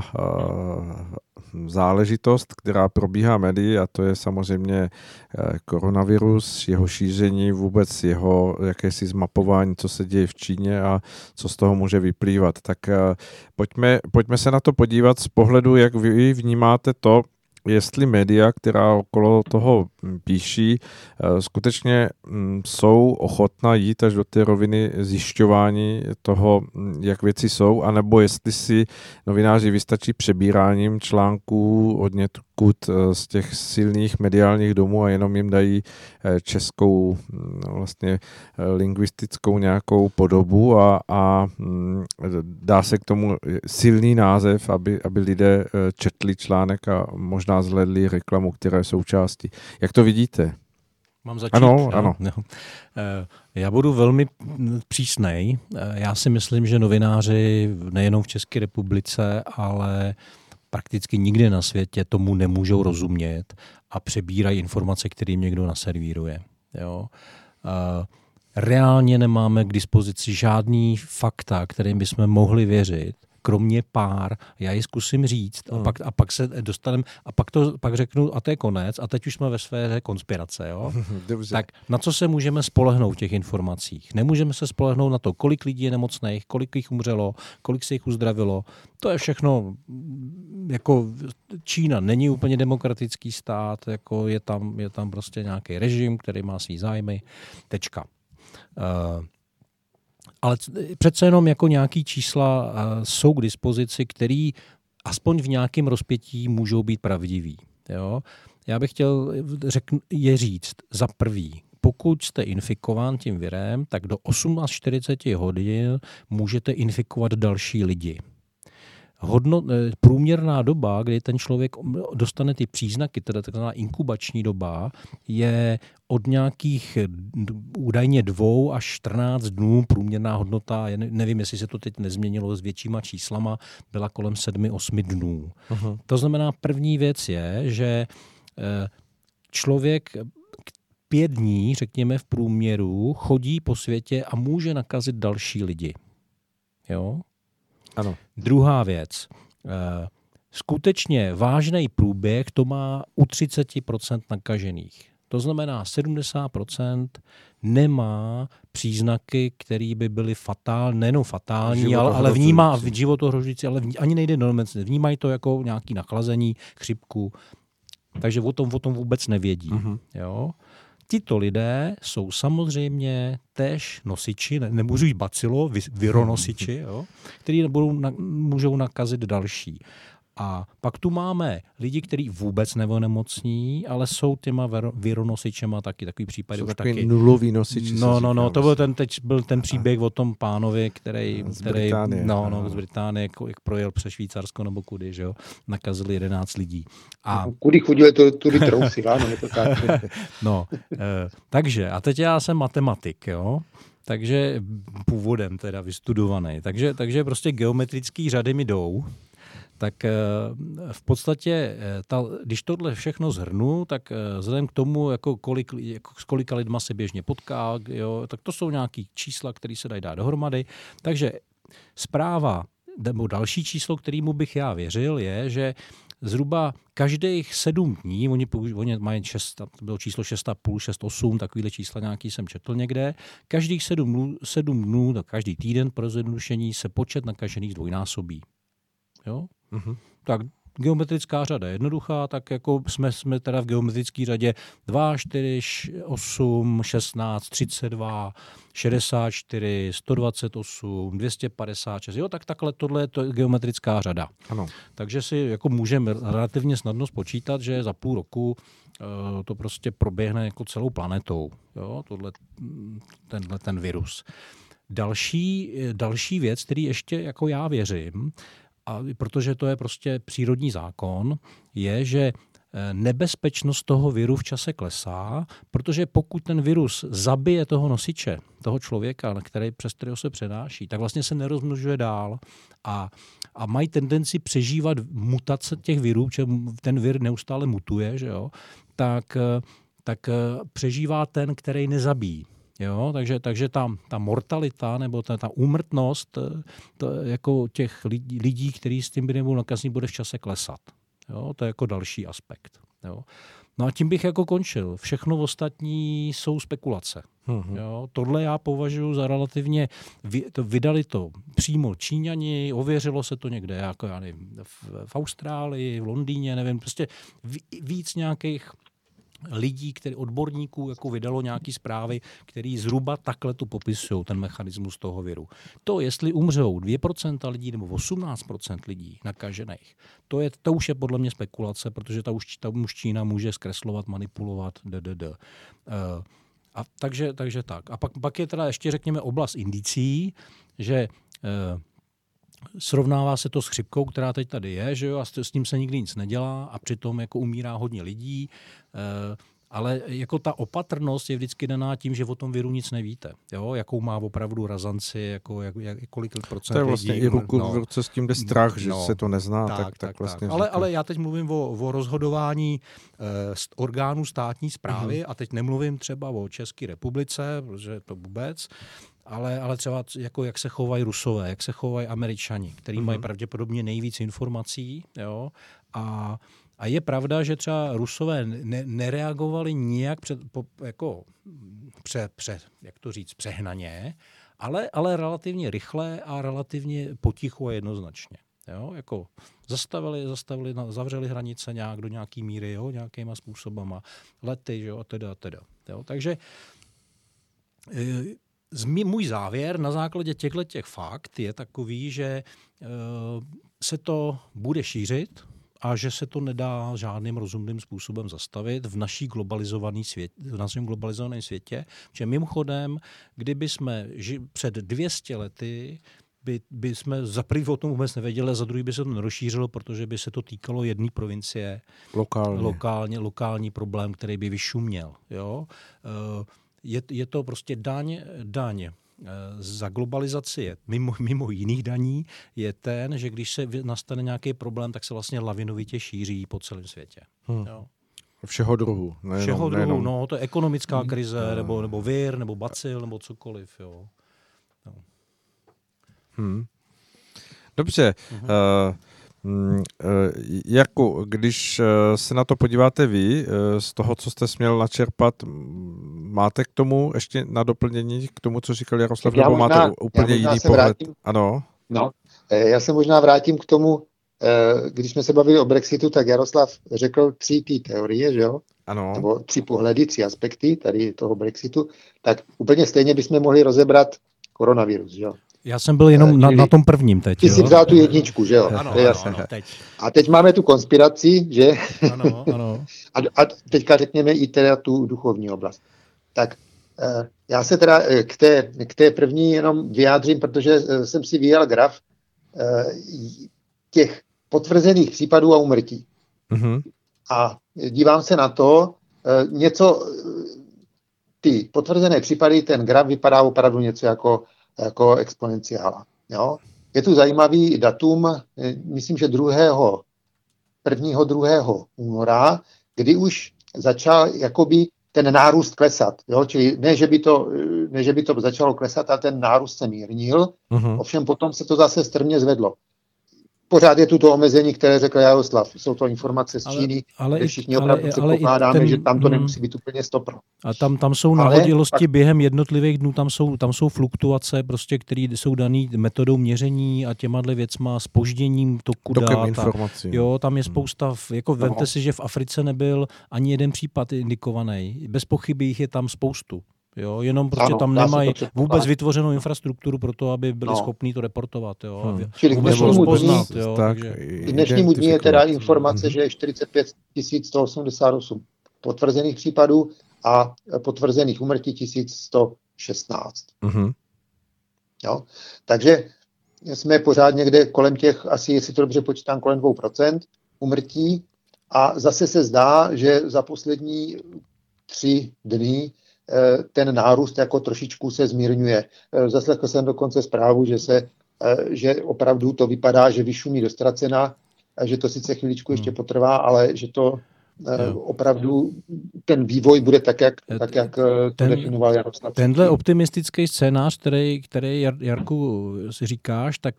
záležitost, která probíhá médii, a to je samozřejmě koronavirus, jeho šíření, vůbec jeho jakési zmapování, co se děje v Číně a co z toho může vyplývat. Tak pojďme se na to podívat z pohledu, jak vy vnímáte to, jestli média, která okolo toho píší, skutečně jsou ochotná jít až do té roviny zjišťování toho, jak věci jsou, anebo jestli si novináři vystačí přebíráním článků od někud z těch silných mediálních domů a jenom jim dají českou vlastně lingvistickou nějakou podobu a dá se k tomu silný název, aby lidé četli článek a možná zhlédli reklamu, která je součástí. Jak to vidíte?
Mám začít?
Ano.
Já budu velmi přísnej. Já si myslím, že novináři nejenom v České republice, ale prakticky nikde na světě tomu nemůžou rozumět a přebírají informace, které jim někdo naservíruje. Jo? Reálně nemáme k dispozici žádný fakta, kterým bychom mohli věřit, kromě pár, já ji zkusím říct a pak se dostaneme a pak řeknu a to je konec a teď už jsme ve sféře konspirace. Jo? Tak na co se můžeme spolehnout v těch informacích? Nemůžeme se spolehnout na to, kolik lidí je nemocných, kolik jich umřelo, kolik se jich uzdravilo. To je všechno, jako Čína není úplně demokratický stát, jako je tam prostě nějaký režim, který má svý zájmy. Tečka. Ale přece jenom jako nějaký čísla jsou k dispozici, který aspoň v nějakém rozpětí můžou být pravdivý. Jo? Já bych chtěl je říct za prvý, pokud jste infikován tím virem, tak do 48 hodin můžete infikovat další lidi. Průměrná doba, kdy ten člověk dostane ty příznaky, teda takzvaná inkubační doba, je od nějakých údajně 2 až 14 dnů. Průměrná hodnota, nevím, jestli se to teď nezměnilo s většíma číslama, byla kolem 7-8 dnů. Uh-huh. To znamená, první věc je, že člověk 5 dní, řekněme v průměru, chodí po světě a může nakazit další lidi. Jo?
Ano.
Druhá věc. Skutečně vážný průběh to má u 30% nakažených. To znamená 70% nemá příznaky, které by byly nejenom fatální, ale vnímá v životohrožující, ale ani nejde do nemocnice. Vnímají to jako nějaké nachlazení, chřipku, takže o tom vůbec nevědí. Uh-huh. Jo? Tito lidé jsou samozřejmě též nosiči, nemůžu jít bacilo, vironosiči, jo, kteří můžou nakazit další. A pak tu máme lidi, kteří vůbec neonemocní, ale jsou těma vironosičema taky, takový případy
jsou
už taky.
Nulový nosiči.
No, to byl ten příběh o tom pánovi, který
z Británie.
Z Británie, jak projel přes Švýcarsko nebo kudy, že jo, nakazili 11 lidí. A
kudy chodili tudy trousy, ano, je to tak.
Takže, a teď já jsem matematik, jo. Takže původem teda vystudovaný. Takže prostě geometrické řady mi jdou. Tak v podstatě, když tohle všechno shrnu, tak vzhledem k tomu, s kolika lidma se běžně potká, jo, tak to jsou nějaký čísla, které se dají dát dohromady. Takže zpráva, nebo další číslo, kterému bych já věřil, je, že zhruba každých 7 dní, oni mají to bylo číslo 6,5, 6,8, takovýhle čísla nějaký jsem četl někde, každých 7 dnů, tak každý týden pro zjednodušení se počet nakažených zdvojnásobí. Jo? Mm-hmm. Tak geometrická řada je jednoduchá, tak jako jsme teda v geometrické řadě 2, 4, 8, 16, 32, 64, 128, 256, jo, tak takhle tohle je to geometrická řada.
Ano.
Takže si jako můžeme relativně snadno spočítat, že za půl roku to prostě proběhne jako celou planetou, jo, ten virus. Další věc, který ještě jako já věřím, a protože to je prostě přírodní zákon, je, že nebezpečnost toho viru v čase klesá, protože pokud ten virus zabije toho nosiče, toho člověka, přes kterého se přenáší, tak vlastně se nerozmnožuje dál a mají tendenci přežívat mutace těch virů, protože ten vir neustále mutuje, že jo, tak přežívá ten, který nezabíjí. Jo, takže ta mortalita nebo ta úmrtnost jako těch lidí, kteří s tím nebudou nakazní, bude v čase klesat. Jo, to je jako další aspekt. Jo. No a tím bych jako končil. Všechno ostatní jsou spekulace. Jo, tohle já považuji za relativně, vydali to přímo Číňani, ověřilo se to někde, jako já nevím, v Austrálii, v Londýně, nevím, prostě víc nějakých lidí, odborníků jako vydalo nějaký zprávy, který zhruba takhle tu popisují ten mechanismus toho viru. To, jestli umřou 2% lidí nebo 18% lidí nakažených, to už je podle mě spekulace, protože ta už Čína může zkreslovat, manipulovat, a takže tak. A pak je teda ještě, řekněme, oblast indicí, že srovnává se to s chřipkou, která teď tady je, že jo, a s tím se nikdy nic nedělá a přitom jako umírá hodně lidí, ale jako ta opatrnost je vždycky daná tím, že o tom viru nic nevíte, jo, jakou má opravdu razanci, jako kolik procent lidí.
To je vlastně i ruku v ruce s tím jde strach, že se to nezná, tak vlastně.
Ale já teď mluvím o rozhodování orgánů státní správy a teď nemluvím třeba o České republice, protože to vůbec, ale třeba jako jak se chovají Rusové, jak se chovají Američani, kteří mají pravděpodobně nejvíc informací, jo, a je pravda, že třeba Rusové nereagovali nijak přehnaně, ale relativně rychle a relativně potichu a jednoznačně. Jo, jako zavřeli hranice nějak do nějaký míry, jo, nějakýma způsobama, lety, jo, a teda. Jo, takže můj závěr na základě těchto fakt je takový, že se to bude šířit a že se to nedá žádným rozumným způsobem zastavit v našem globalizovaném světě. Že mimochodem, kdyby jsme před 200 lety by jsme za prvý o tom vůbec nevěděli, a za druhý by se to nerozšířilo, protože by se to týkalo jedné provincie. Lokální problém, který by vyšuměl. Jo? Je to prostě daň za globalizaci je mimo jiných daní je ten, že když se nastane nějaký problém, tak se vlastně lavinovitě šíří po celém světě. Jo.
Všeho druhu.
Nejenom. No, to je ekonomická krize, nebo vir, nebo bacil, nebo cokoliv. Jo. No.
Dobře. Jako, když se na to podíváte vy, z toho, co jste směl načerpat, máte k tomu ještě na doplnění, k tomu, co říkal Jaroslav, nebo máte úplně jiný pohled? Ano.
No, já se možná vrátím k tomu, když jsme se bavili o Brexitu, tak Jaroslav řekl 3 teorie, že jo?
Ano.
Nebo 3 pohledy, 3 aspekty tady toho Brexitu, tak úplně stejně bychom mohli rozebrat koronavirus, že jo?
Já jsem byl jenom na tom prvním teď.
Ty jsi vzal tu 1, že jo?
Ano, teď.
A teď máme tu konspiraci, že?
Ano.
A teďka řekněme i teda tu duchovní oblast. Tak já se teda k té první jenom vyjádřím, protože jsem si vyjel graf těch potvrzených případů a úmrtí. A dívám se na to, ty potvrzené případy, ten graf vypadá opravdu něco jako exponenciála. Jo? Je tu zajímavý datum, myslím, že 2. února, kdy už začal jakoby ten nárůst klesat. Jo? Čili ne, že by to začalo klesat, ale ten nárůst se mírnil. Ovšem potom se to zase strmě zvedlo. pořád je tu to omezení, které řekl Jaroslav. Jsou to informace z Číny, kde všichni opravdu předpokládáme, že tam to nemusí být úplně 100%.
A tam jsou nahodilosti během jednotlivých dnů, tam jsou fluktuace, prostě, které jsou dané metodou měření a těmahle věcma, zpožděním toku dát. Jo, tam je spousta, jako vemte si, že v Africe nebyl ani jeden případ indikovaný. Bez pochyby jich je tam spoustu. Jo, jenom prostě tam nemají vůbec vytvořenou infrastrukturu pro to, aby byli schopní to reportovat. Jo,
čili k dnešnímu dní je teda informace, že je 45 188 potvrzených případů a potvrzených úmrtí 1116. Jo, takže jsme pořád někde kolem těch, asi jestli to dobře počítám, kolem 2% úmrtí a zase se zdá, že za poslední 3 dny ten nárůst jako trošičku se zmírňuje. Zaslechl jsem dokonce zprávu, že opravdu to vypadá, že vyšumí do ztracena, že to sice chviličku ještě potrvá, ale že to opravdu ten vývoj bude tak, jak to definoval Jaroslav.
Tenhle optimistický scénář, který Jarku si říkáš, tak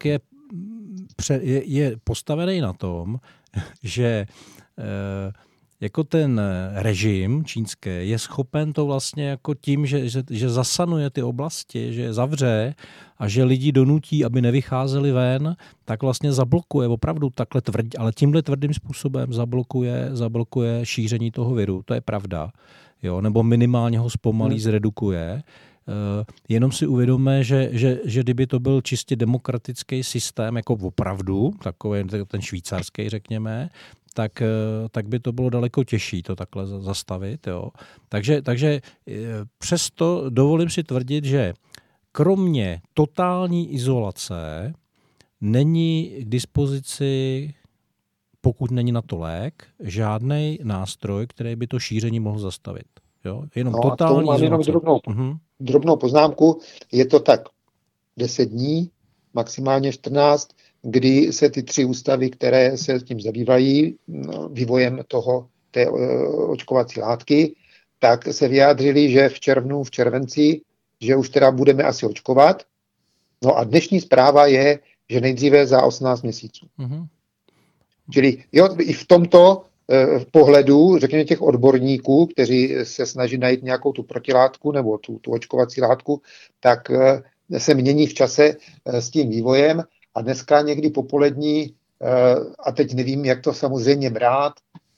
je postavený na tom, že jako ten režim čínský je schopen to vlastně jako tím, že zasanuje ty oblasti, že je zavře a že lidi donutí, aby nevycházeli ven, tak vlastně zablokuje opravdu takhle ale tímhle tvrdým způsobem zablokuje šíření toho viru. To je pravda. Jo? Nebo minimálně ho zpomalí, zredukuje. Jenom si uvědomme, že kdyby to byl čistě demokratický systém, jako opravdu, takový ten švýcarský, řekněme, tak by to bylo daleko těžší to takhle zastavit. Jo. Takže přesto dovolím si tvrdit, že kromě totální izolace není k dispozici, pokud není na to lék, žádný nástroj, který by to šíření mohl zastavit. Jo. Jenom totální izolace.
Jenom drobnou poznámku. Je to tak 10 dní, maximálně 14, kdy se ty 3 ústavy, které se tím zabývají vývojem té očkovací látky, tak se vyjádřili, že v červenci, že už teda budeme asi očkovat. No a dnešní zpráva je, že nejdříve za 18 měsíců. Čili i v tomto pohledu, řekněme těch odborníků, kteří se snaží najít nějakou tu protilátku nebo tu očkovací látku, tak se mění v čase s tím vývojem. A dneska někdy popolední, a teď nevím, jak to samozřejmě brát,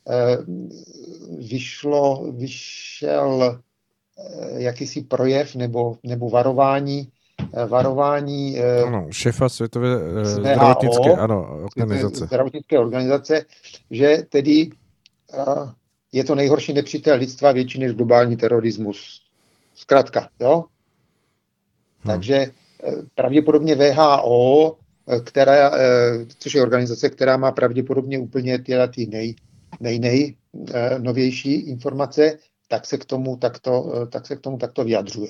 vyšel jakýsi projev nebo varování
šéfa Světové
zdravotnické organizace, že tedy je to nejhorší nepřítel lidstva větší než globální terorismus. Zkrátka, jo? Takže pravděpodobně WHO, což je organizace, která má pravděpodobně úplně ty nejnovější informace, tak se k tomu takto vyjadřuje.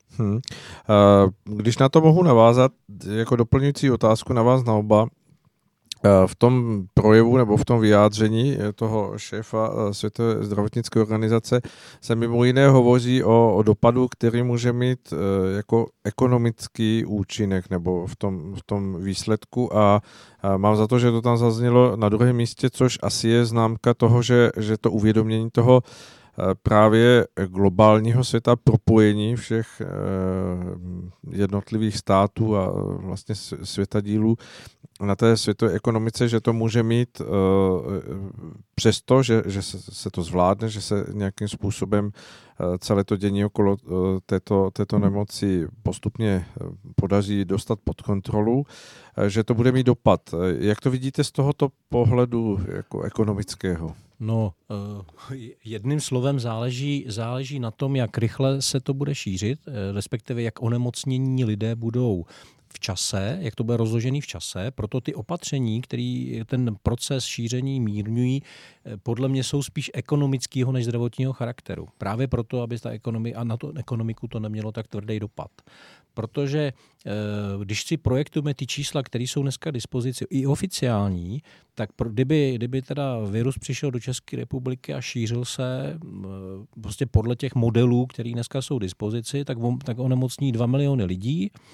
Když na to mohu navázat, jako doplňující otázku na vás na oba, v tom projevu nebo v tom vyjádření toho šéfa Světové zdravotnické organizace se mimo jiné hovoří o dopadu, který může mít jako ekonomický účinek nebo v tom výsledku a mám za to, že to tam zaznělo na druhém místě, což asi je známka toho, že to uvědomění toho právě globálního světa, propojení všech jednotlivých států a vlastně světadílů na té světové ekonomice, že to může mít přesto, že se to zvládne, že se nějakým způsobem celé to dění okolo této nemoci postupně podaří dostat pod kontrolu, že to bude mít dopad. Jak to vidíte z tohoto pohledu jako ekonomického?
No, jedným slovem záleží na tom, jak rychle se to bude šířit, respektive jak onemocnění lidé budou v čase, jak to bude rozložený v čase. Proto ty opatření, které ten proces šíření mírňují, podle mě jsou spíš ekonomického než zdravotního charakteru. Právě proto, aby a na tu ekonomiku to nemělo tak tvrdý dopad. Protože když si projektujeme ty čísla, které jsou dneska k dispozici, i oficiální, tak kdyby teda virus přišel do České republiky a šířil se prostě podle těch modelů, které dneska jsou k dispozici, tak onemocní 2 miliony lidí.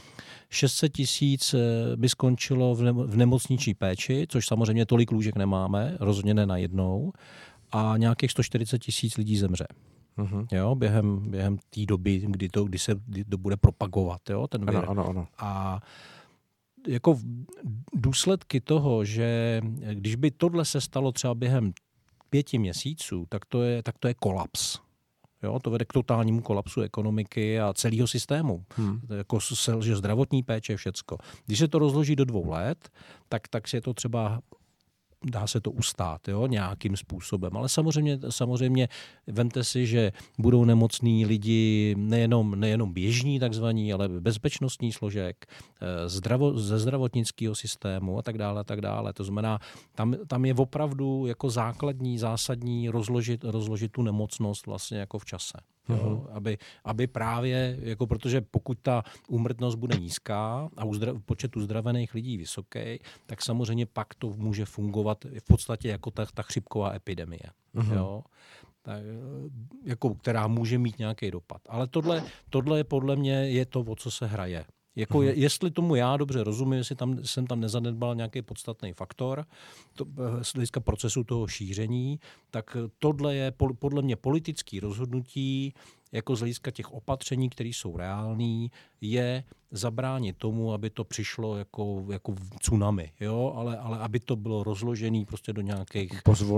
600 000 by skončilo v nemocniční péči, což samozřejmě tolik lůžek nemáme, rozhodně ne najednou, a nějakých 140 000 lidí zemře. Jo, během té doby, kdy to bude propagovat, jo, ten vir.
Ano.
A jako důsledky toho, že když by tohle se stalo třeba během 5 měsíců, tak to je kolaps. Jo, to vede k totálnímu kolapsu ekonomiky a celého systému. Jako selže zdravotní péče, všecko. Když se to rozloží do 2 let, tak si je to třeba dá se to ustát, jo, nějakým způsobem. Ale samozřejmě vemte si, že budou nemocní lidi nejenom běžní takzvaní, ale bezpečnostní složek, ze zdravotnického systému a tak dále. To znamená, tam je opravdu jako zásadní rozložit tu nemocnost vlastně jako v čase. Jo, aby právě, jako protože pokud ta úmrtnost bude nízká a počet uzdravených lidí vysoký, tak samozřejmě pak to může fungovat v podstatě jako ta chřipková epidemie. Jo? Tak, jako, která může mít nějaký dopad. Ale tohle je podle mě je to, o co se hraje. Jako jestli tomu já dobře rozumím, jestli jsem tam nezanedbal nějaký podstatný faktor z hlediska procesu toho šíření, tak tohle je podle mě politické rozhodnutí, jako z hlediska těch opatření, které jsou reální, je zabránit tomu, aby to přišlo jako tsunami, jo? Ale aby to bylo rozložené prostě do nějakých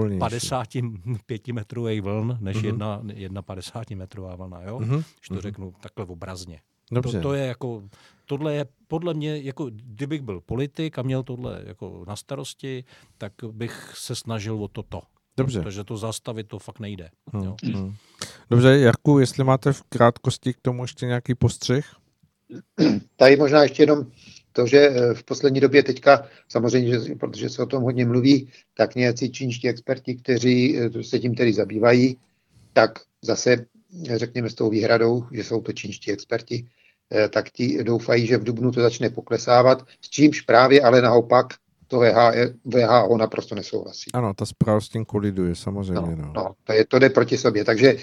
55-metrových vln, než jedna 50-metrová vlna, jo? Když to řeknu takhle obrazně. To je jako, tohle je podle mě, jako kdybych byl politik a měl tohle jako na starosti, tak bych se snažil o toto.
Dobře.
Protože to zastavit to fakt nejde. Jo.
Dobře, Jarku, jestli máte v krátkosti k tomu ještě nějaký postřeh?
Tady možná ještě jenom to, že v poslední době teďka, samozřejmě, protože se o tom hodně mluví, tak nějací čínští experti, kteří se tím tedy zabývají, tak zase řekněme s tou výhradou, že jsou to čínští experti, tak ti doufají, že v dubnu to začne poklesávat, s čímž právě ale naopak to WHO naprosto nesouhlasí.
Ano, ta zpráva s tím koliduje, samozřejmě.
No, to jde proti sobě. Takže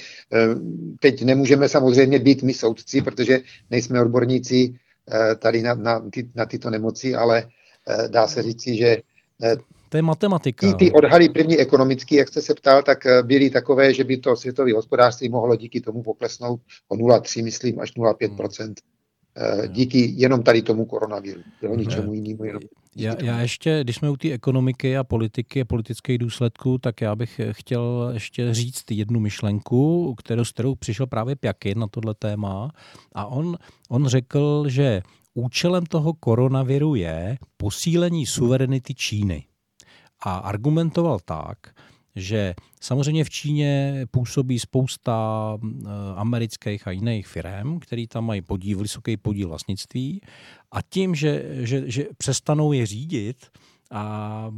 teď nemůžeme samozřejmě být my soudci, protože nejsme odborníci tady na tyto nemoci, ale dá se říci, že
to je matematika.
Ty odhady první ekonomický, jak jste se ptal, tak byly takové, že by to světové hospodářství mohlo díky tomu poklesnout o 0,3, myslím, až 0,5%. Díky jenom tady tomu koronaviru. Jo, ničemu jinému.
Já ještě, když jsme u té ekonomiky a politiky a politických důsledků, tak já bych chtěl ještě říct jednu myšlenku, s kterou přišel právě Pjakin na tohle téma. A on řekl, že účelem toho koronaviru je posílení suverenity Číny. A argumentoval tak, že samozřejmě v Číně působí spousta amerických a jiných firm, který tam mají vysoký podíl vlastnictví a tím, že přestanou je řídit, a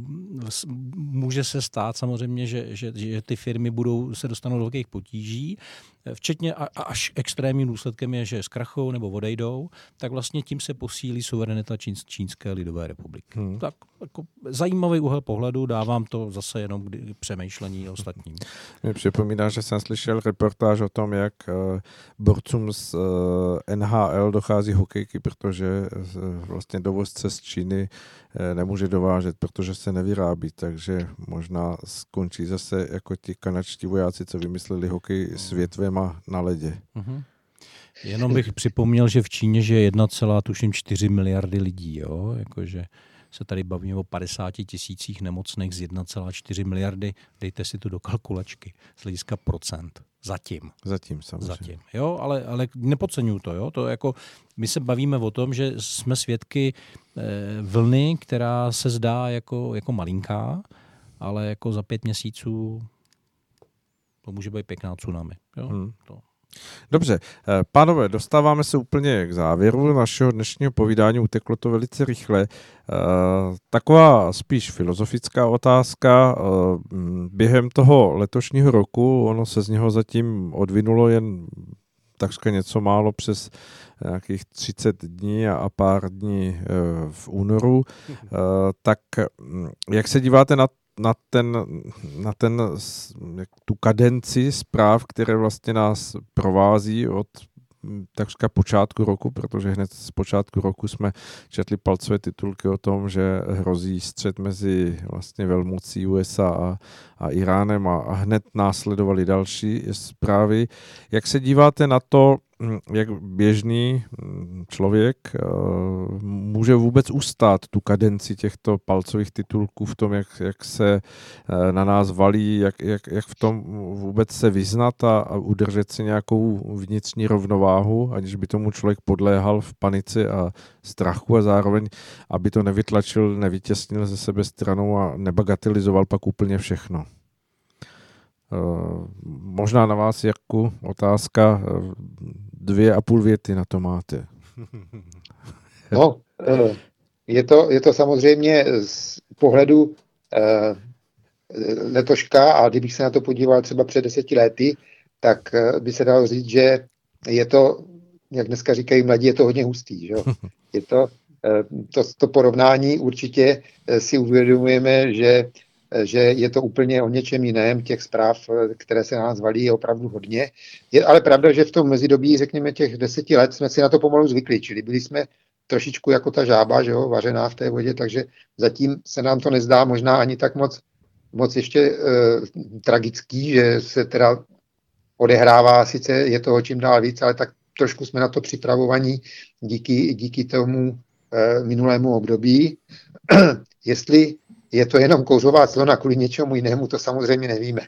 může se stát samozřejmě, že ty firmy se dostanou do velkých potíží, včetně až extrémním důsledkem je, že zkrachou nebo odejdou, tak vlastně tím se posílí suverenita Čínské lidové republiky. Tak jako zajímavý úhel pohledu, dávám to zase jenom k přemýšlení ostatním.
Mě připomíná, že jsem slyšel reportáž o tom, jak borcům z NHL dochází hokejky, protože vlastně dovozce z Číny nemůže dovážet, protože se nevyrábí, takže možná skončí zase jako ti kanadští vojáci, co vymysleli hokej s větvema na ledě.
Jenom bych připomněl, že v Číně je 1,4 miliardy lidí, jo? Jakože se tady bavíme o 50 000 nemocných z 1,4 miliardy, dejte si to do kalkulačky z hlediska procent. Zatím samozřejmě. Jo, ale nepodceňuju to, jo. To jako, my se bavíme o tom, že jsme svědky vlny, která se zdá jako malinká, ale jako za 5 měsíců to může být pěkná tsunami. Jo?
Dobře, pánové, dostáváme se úplně k závěru našeho dnešního povídání, uteklo to velice rychle. Taková spíš filozofická otázka. Během toho letošního roku, ono se z něho zatím odvinulo jen takřka něco málo přes nějakých 30 dní a pár dní v únoru, tak jak se díváte na tu kadenci zpráv, které vlastně nás provází od takřka počátku roku, protože hned z počátku roku jsme četli palcové titulky o tom, že hrozí střet mezi vlastně velmocí USA a Iránem a hned následovaly další zprávy. Jak se díváte na to, jak běžný člověk může vůbec ustát tu kadenci těchto palcových titulků v tom, jak se na nás valí, jak v tom vůbec se vyznat a udržet si nějakou vnitřní rovnováhu, aniž by tomu člověk podléhal v panice a strachu a zároveň, aby to nevytlačil, nevytěsnil ze sebe stranou a nebagatelizoval pak úplně všechno. Možná na vás, Jirku, otázka, 2,5 věty na to máte.
No, je to samozřejmě z pohledu letoška, a kdybych se na to podíval třeba před 10 lety, tak by se dalo říct, že je to, jak dneska říkají mladí, je to hodně hustý. Že? Je to porovnání určitě si uvědomujeme, že je to úplně o něčem jiném, těch zpráv, které se na nás valí, je opravdu hodně. Je ale pravda, že v tom mezidobí, řekněme, těch 10 let jsme si na to pomalu zvykli, čili byli jsme trošičku jako ta žába, že jo, vařená v té vodě, takže zatím se nám to nezdá možná ani tak moc ještě tragický, že se teda odehrává, sice je toho čím dál víc, ale tak trošku jsme na to připravovaní díky tomu minulému období. Jestli je to jenom kouřová clona kvůli něčemu jinému, to samozřejmě nevíme.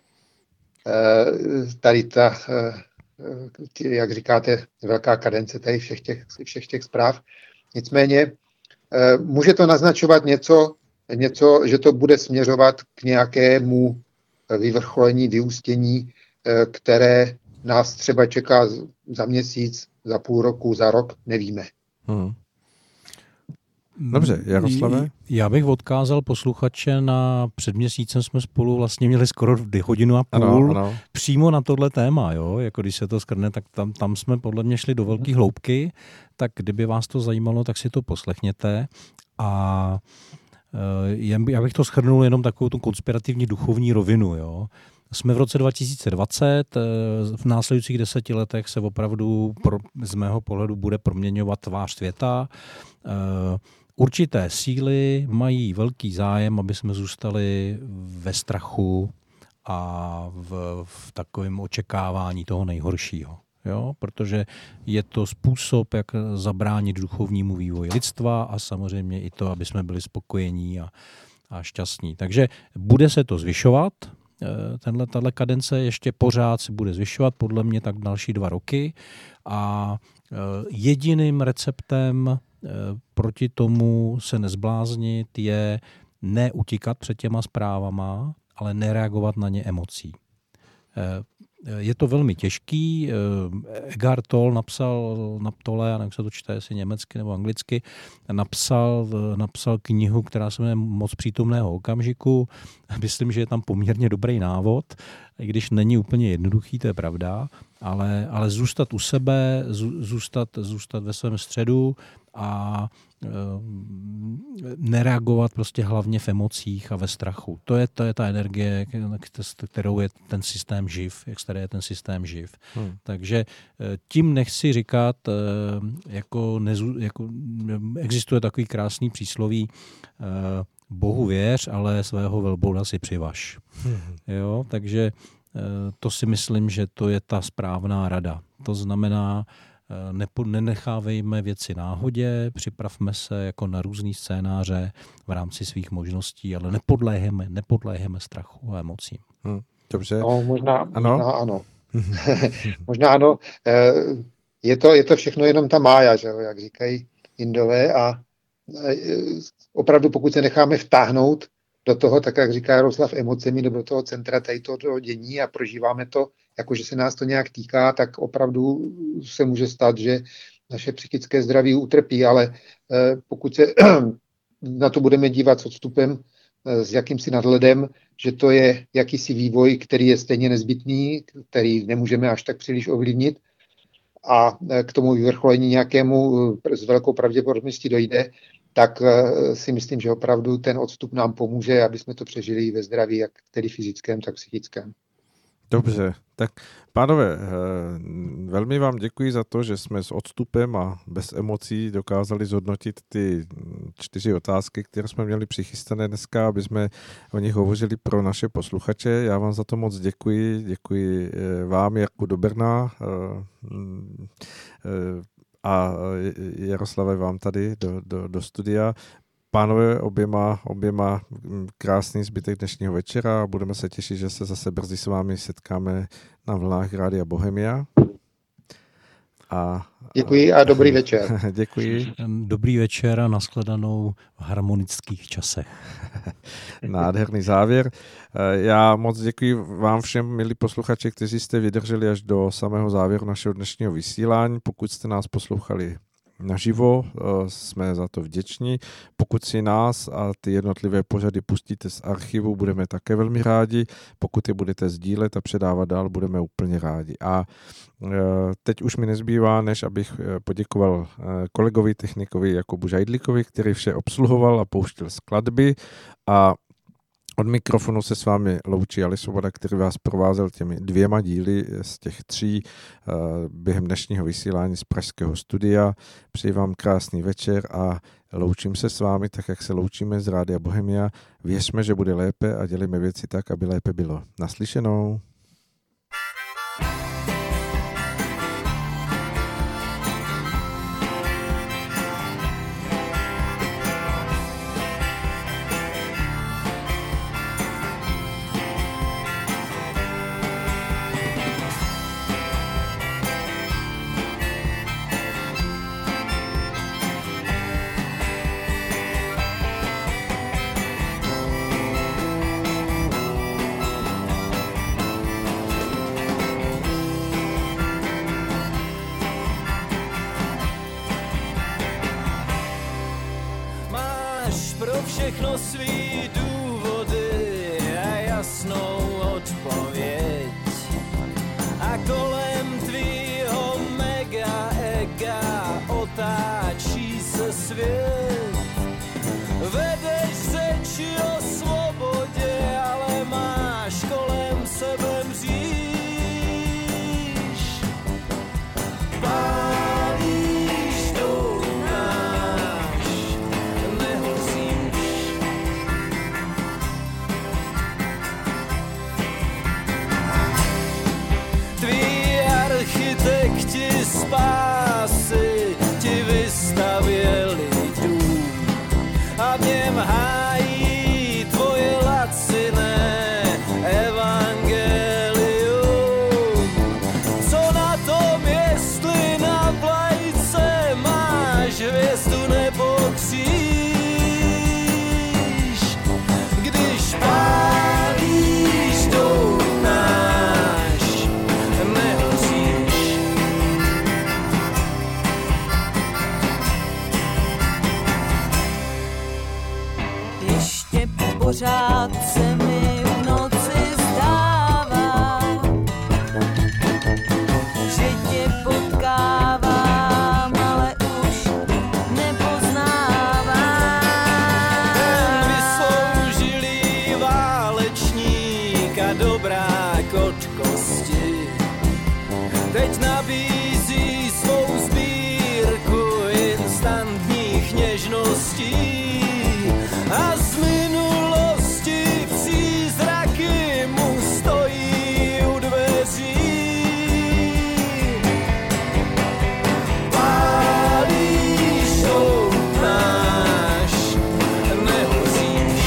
Tady ta, jak říkáte, velká kadence tady všech těch zpráv. Nicméně může to naznačovat něco, že to bude směřovat k nějakému vyvrcholení, vyústění, které nás třeba čeká za měsíc, za půl roku, za rok, nevíme.
Dobře, Jaroslave?
Já bych odkázal posluchače na před měsícem jsme spolu vlastně měli skoro 1,5 hodiny přímo na tohle téma, jo? Jako když se to skrne, tak tam jsme podle mě šli do velké hloubky, tak kdyby vás to zajímalo, tak si to poslechněte a já bych to shrnul jenom takovou tu konspirativní duchovní rovinu, jo? Jsme v roce 2020, v následujících 10 letech se opravdu z mého pohledu bude proměňovat tvář světa. Určité síly mají velký zájem, aby jsme zůstali ve strachu a v takovém očekávání toho nejhoršího. Jo? Protože je to způsob, jak zabránit duchovnímu vývoji lidstva a samozřejmě i to, aby jsme byli spokojení a šťastní. Takže bude se to zvyšovat. Tahle kadence ještě pořád se bude zvyšovat, podle mě tak další 2 roky a jediným receptem proti tomu se nezbláznit je neutíkat před těma zprávama, ale nereagovat na ně emocí. Je to velmi těžký. Eckhart Tolle napsal na Tolle, já nevím, jak se to čte, jestli německy nebo anglicky, napsal knihu, která se jmenuje Moc přítomného okamžiku. Myslím, že je tam poměrně dobrý návod, i když není úplně jednoduchý, to je pravda, ale zůstat u sebe, zůstat ve svém středu a nereagovat prostě hlavně v emocích a ve strachu. To je ta energie, kterou je ten systém živ, jak starý je ten systém živ. Takže tím nechci říkat, jako existuje takový krásný přísloví, Bohu věř, ale svého velblouda si přivaž. Jo, takže to si myslím, že to je ta správná rada. To znamená, nenechávejme věci náhodě, připravme se jako na různý scénáře v rámci svých možností, ale nepodléhejme strachu a emocím.
Dobře.
No, možná ano. Možná ano. Je to všechno jenom ta mája, že jo, jak říkají Indové a opravdu pokud se necháme vtáhnout do toho, tak jak říká Jaroslav, emocemi do toho centra tady toho dění a prožíváme to, jakože se nás to nějak týká, tak opravdu se může stát, že naše psychické zdraví utrpí, ale pokud se na to budeme dívat s odstupem, s jakýmsi nadhledem, že to je jakýsi vývoj, který je stejně nezbytný, který nemůžeme až tak příliš ovlivnit a k tomu vyvrcholení nějakému s velkou pravděpodobností dojde, tak si myslím, že opravdu ten odstup nám pomůže, aby jsme to přežili ve zdraví, jak tedy fyzickém, tak psychickém.
Dobře, tak pánové, velmi vám děkuji za to, že jsme s odstupem a bez emocí dokázali zhodnotit ty 4 otázky, které jsme měli přichystané dneska, aby jsme o nich hovořili pro naše posluchače. Já vám za to moc děkuji. Děkuji vám, Jarku, do Brna a Jaroslave vám tady do studia. Pánové, oběma krásný zbytek dnešního večera a budeme se těšit, že se zase brzy s vámi setkáme na vlnách Rádia Bohemia.
Děkuji a dobrý večer.
Děkuji.
Dobrý večer a nashledanou v harmonických časech.
Nádherný závěr. Já moc děkuji vám všem, milí posluchači, kteří jste vydrželi až do samého závěru našeho dnešního vysílání. Pokud jste nás poslouchali naživo, jsme za to vděční. Pokud si nás a ty jednotlivé pořady pustíte z archivu, budeme také velmi rádi. Pokud je budete sdílet a předávat dál, budeme úplně rádi. A teď už mi nezbývá, než abych poděkoval kolegovi technikovi Jakubu Žajdlíkovi, který vše obsluhoval a pouštěl skladby, a od mikrofonu se s vámi loučí Ali Svoboda, který vás provázel těmi 2 díly z těch 3 během dnešního vysílání z pražského studia. Přeji vám krásný večer a loučím se s vámi tak, jak se loučíme z Rádia Bohemia. Věřme, že bude lépe a dělejme věci tak, aby lépe bylo. Naslyšenou.
Všechno svý důvody a jasnou odpověď. A kolem tvýho mega ega otáčí se svět. Vedeš řeči o svobodě, ale máš kolem sebe mříž. Pálíš to náš, nehoříš. Tví architekti spásy ti vystavěli dům a v něm hájí tvoje laciné evangelium. Co na tom, jestli na vlajce máš hvězdu nebo kříž? Když pálíš dům náš, nehoříš.
Ještě pořád se mi v noci zdává, že tě potkávám, ale už nepoznávám.
Vysloužilý válečník a dobrák od kosti teď nabízí svou sbírku instantních něžností a z minulosti přízraky mu stojí u dveří. Pálíš dout náš, nehoříš.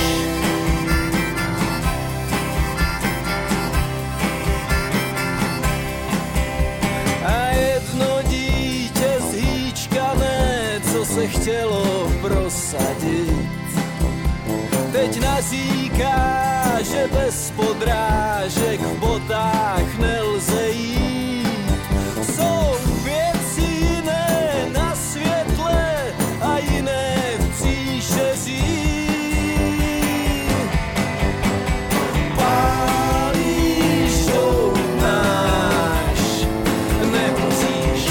A jedno dítě zhýčkané, co se chtělo prosadit, teď naříká, že bez podrážek v botách nelze jít. Jsou věci jiné na světle a jiné v příšeří. Pálíš dout náš, nehoříš.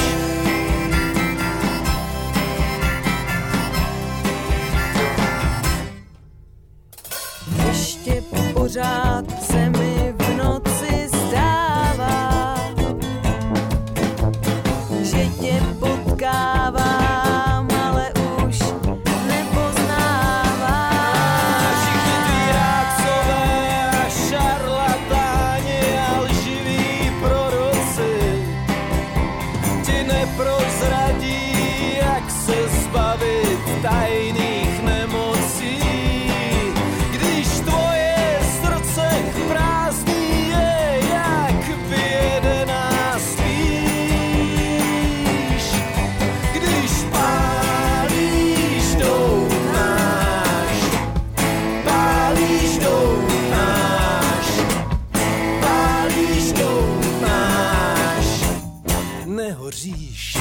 Ještě pořád se mi v noci zdává,
nepozíš,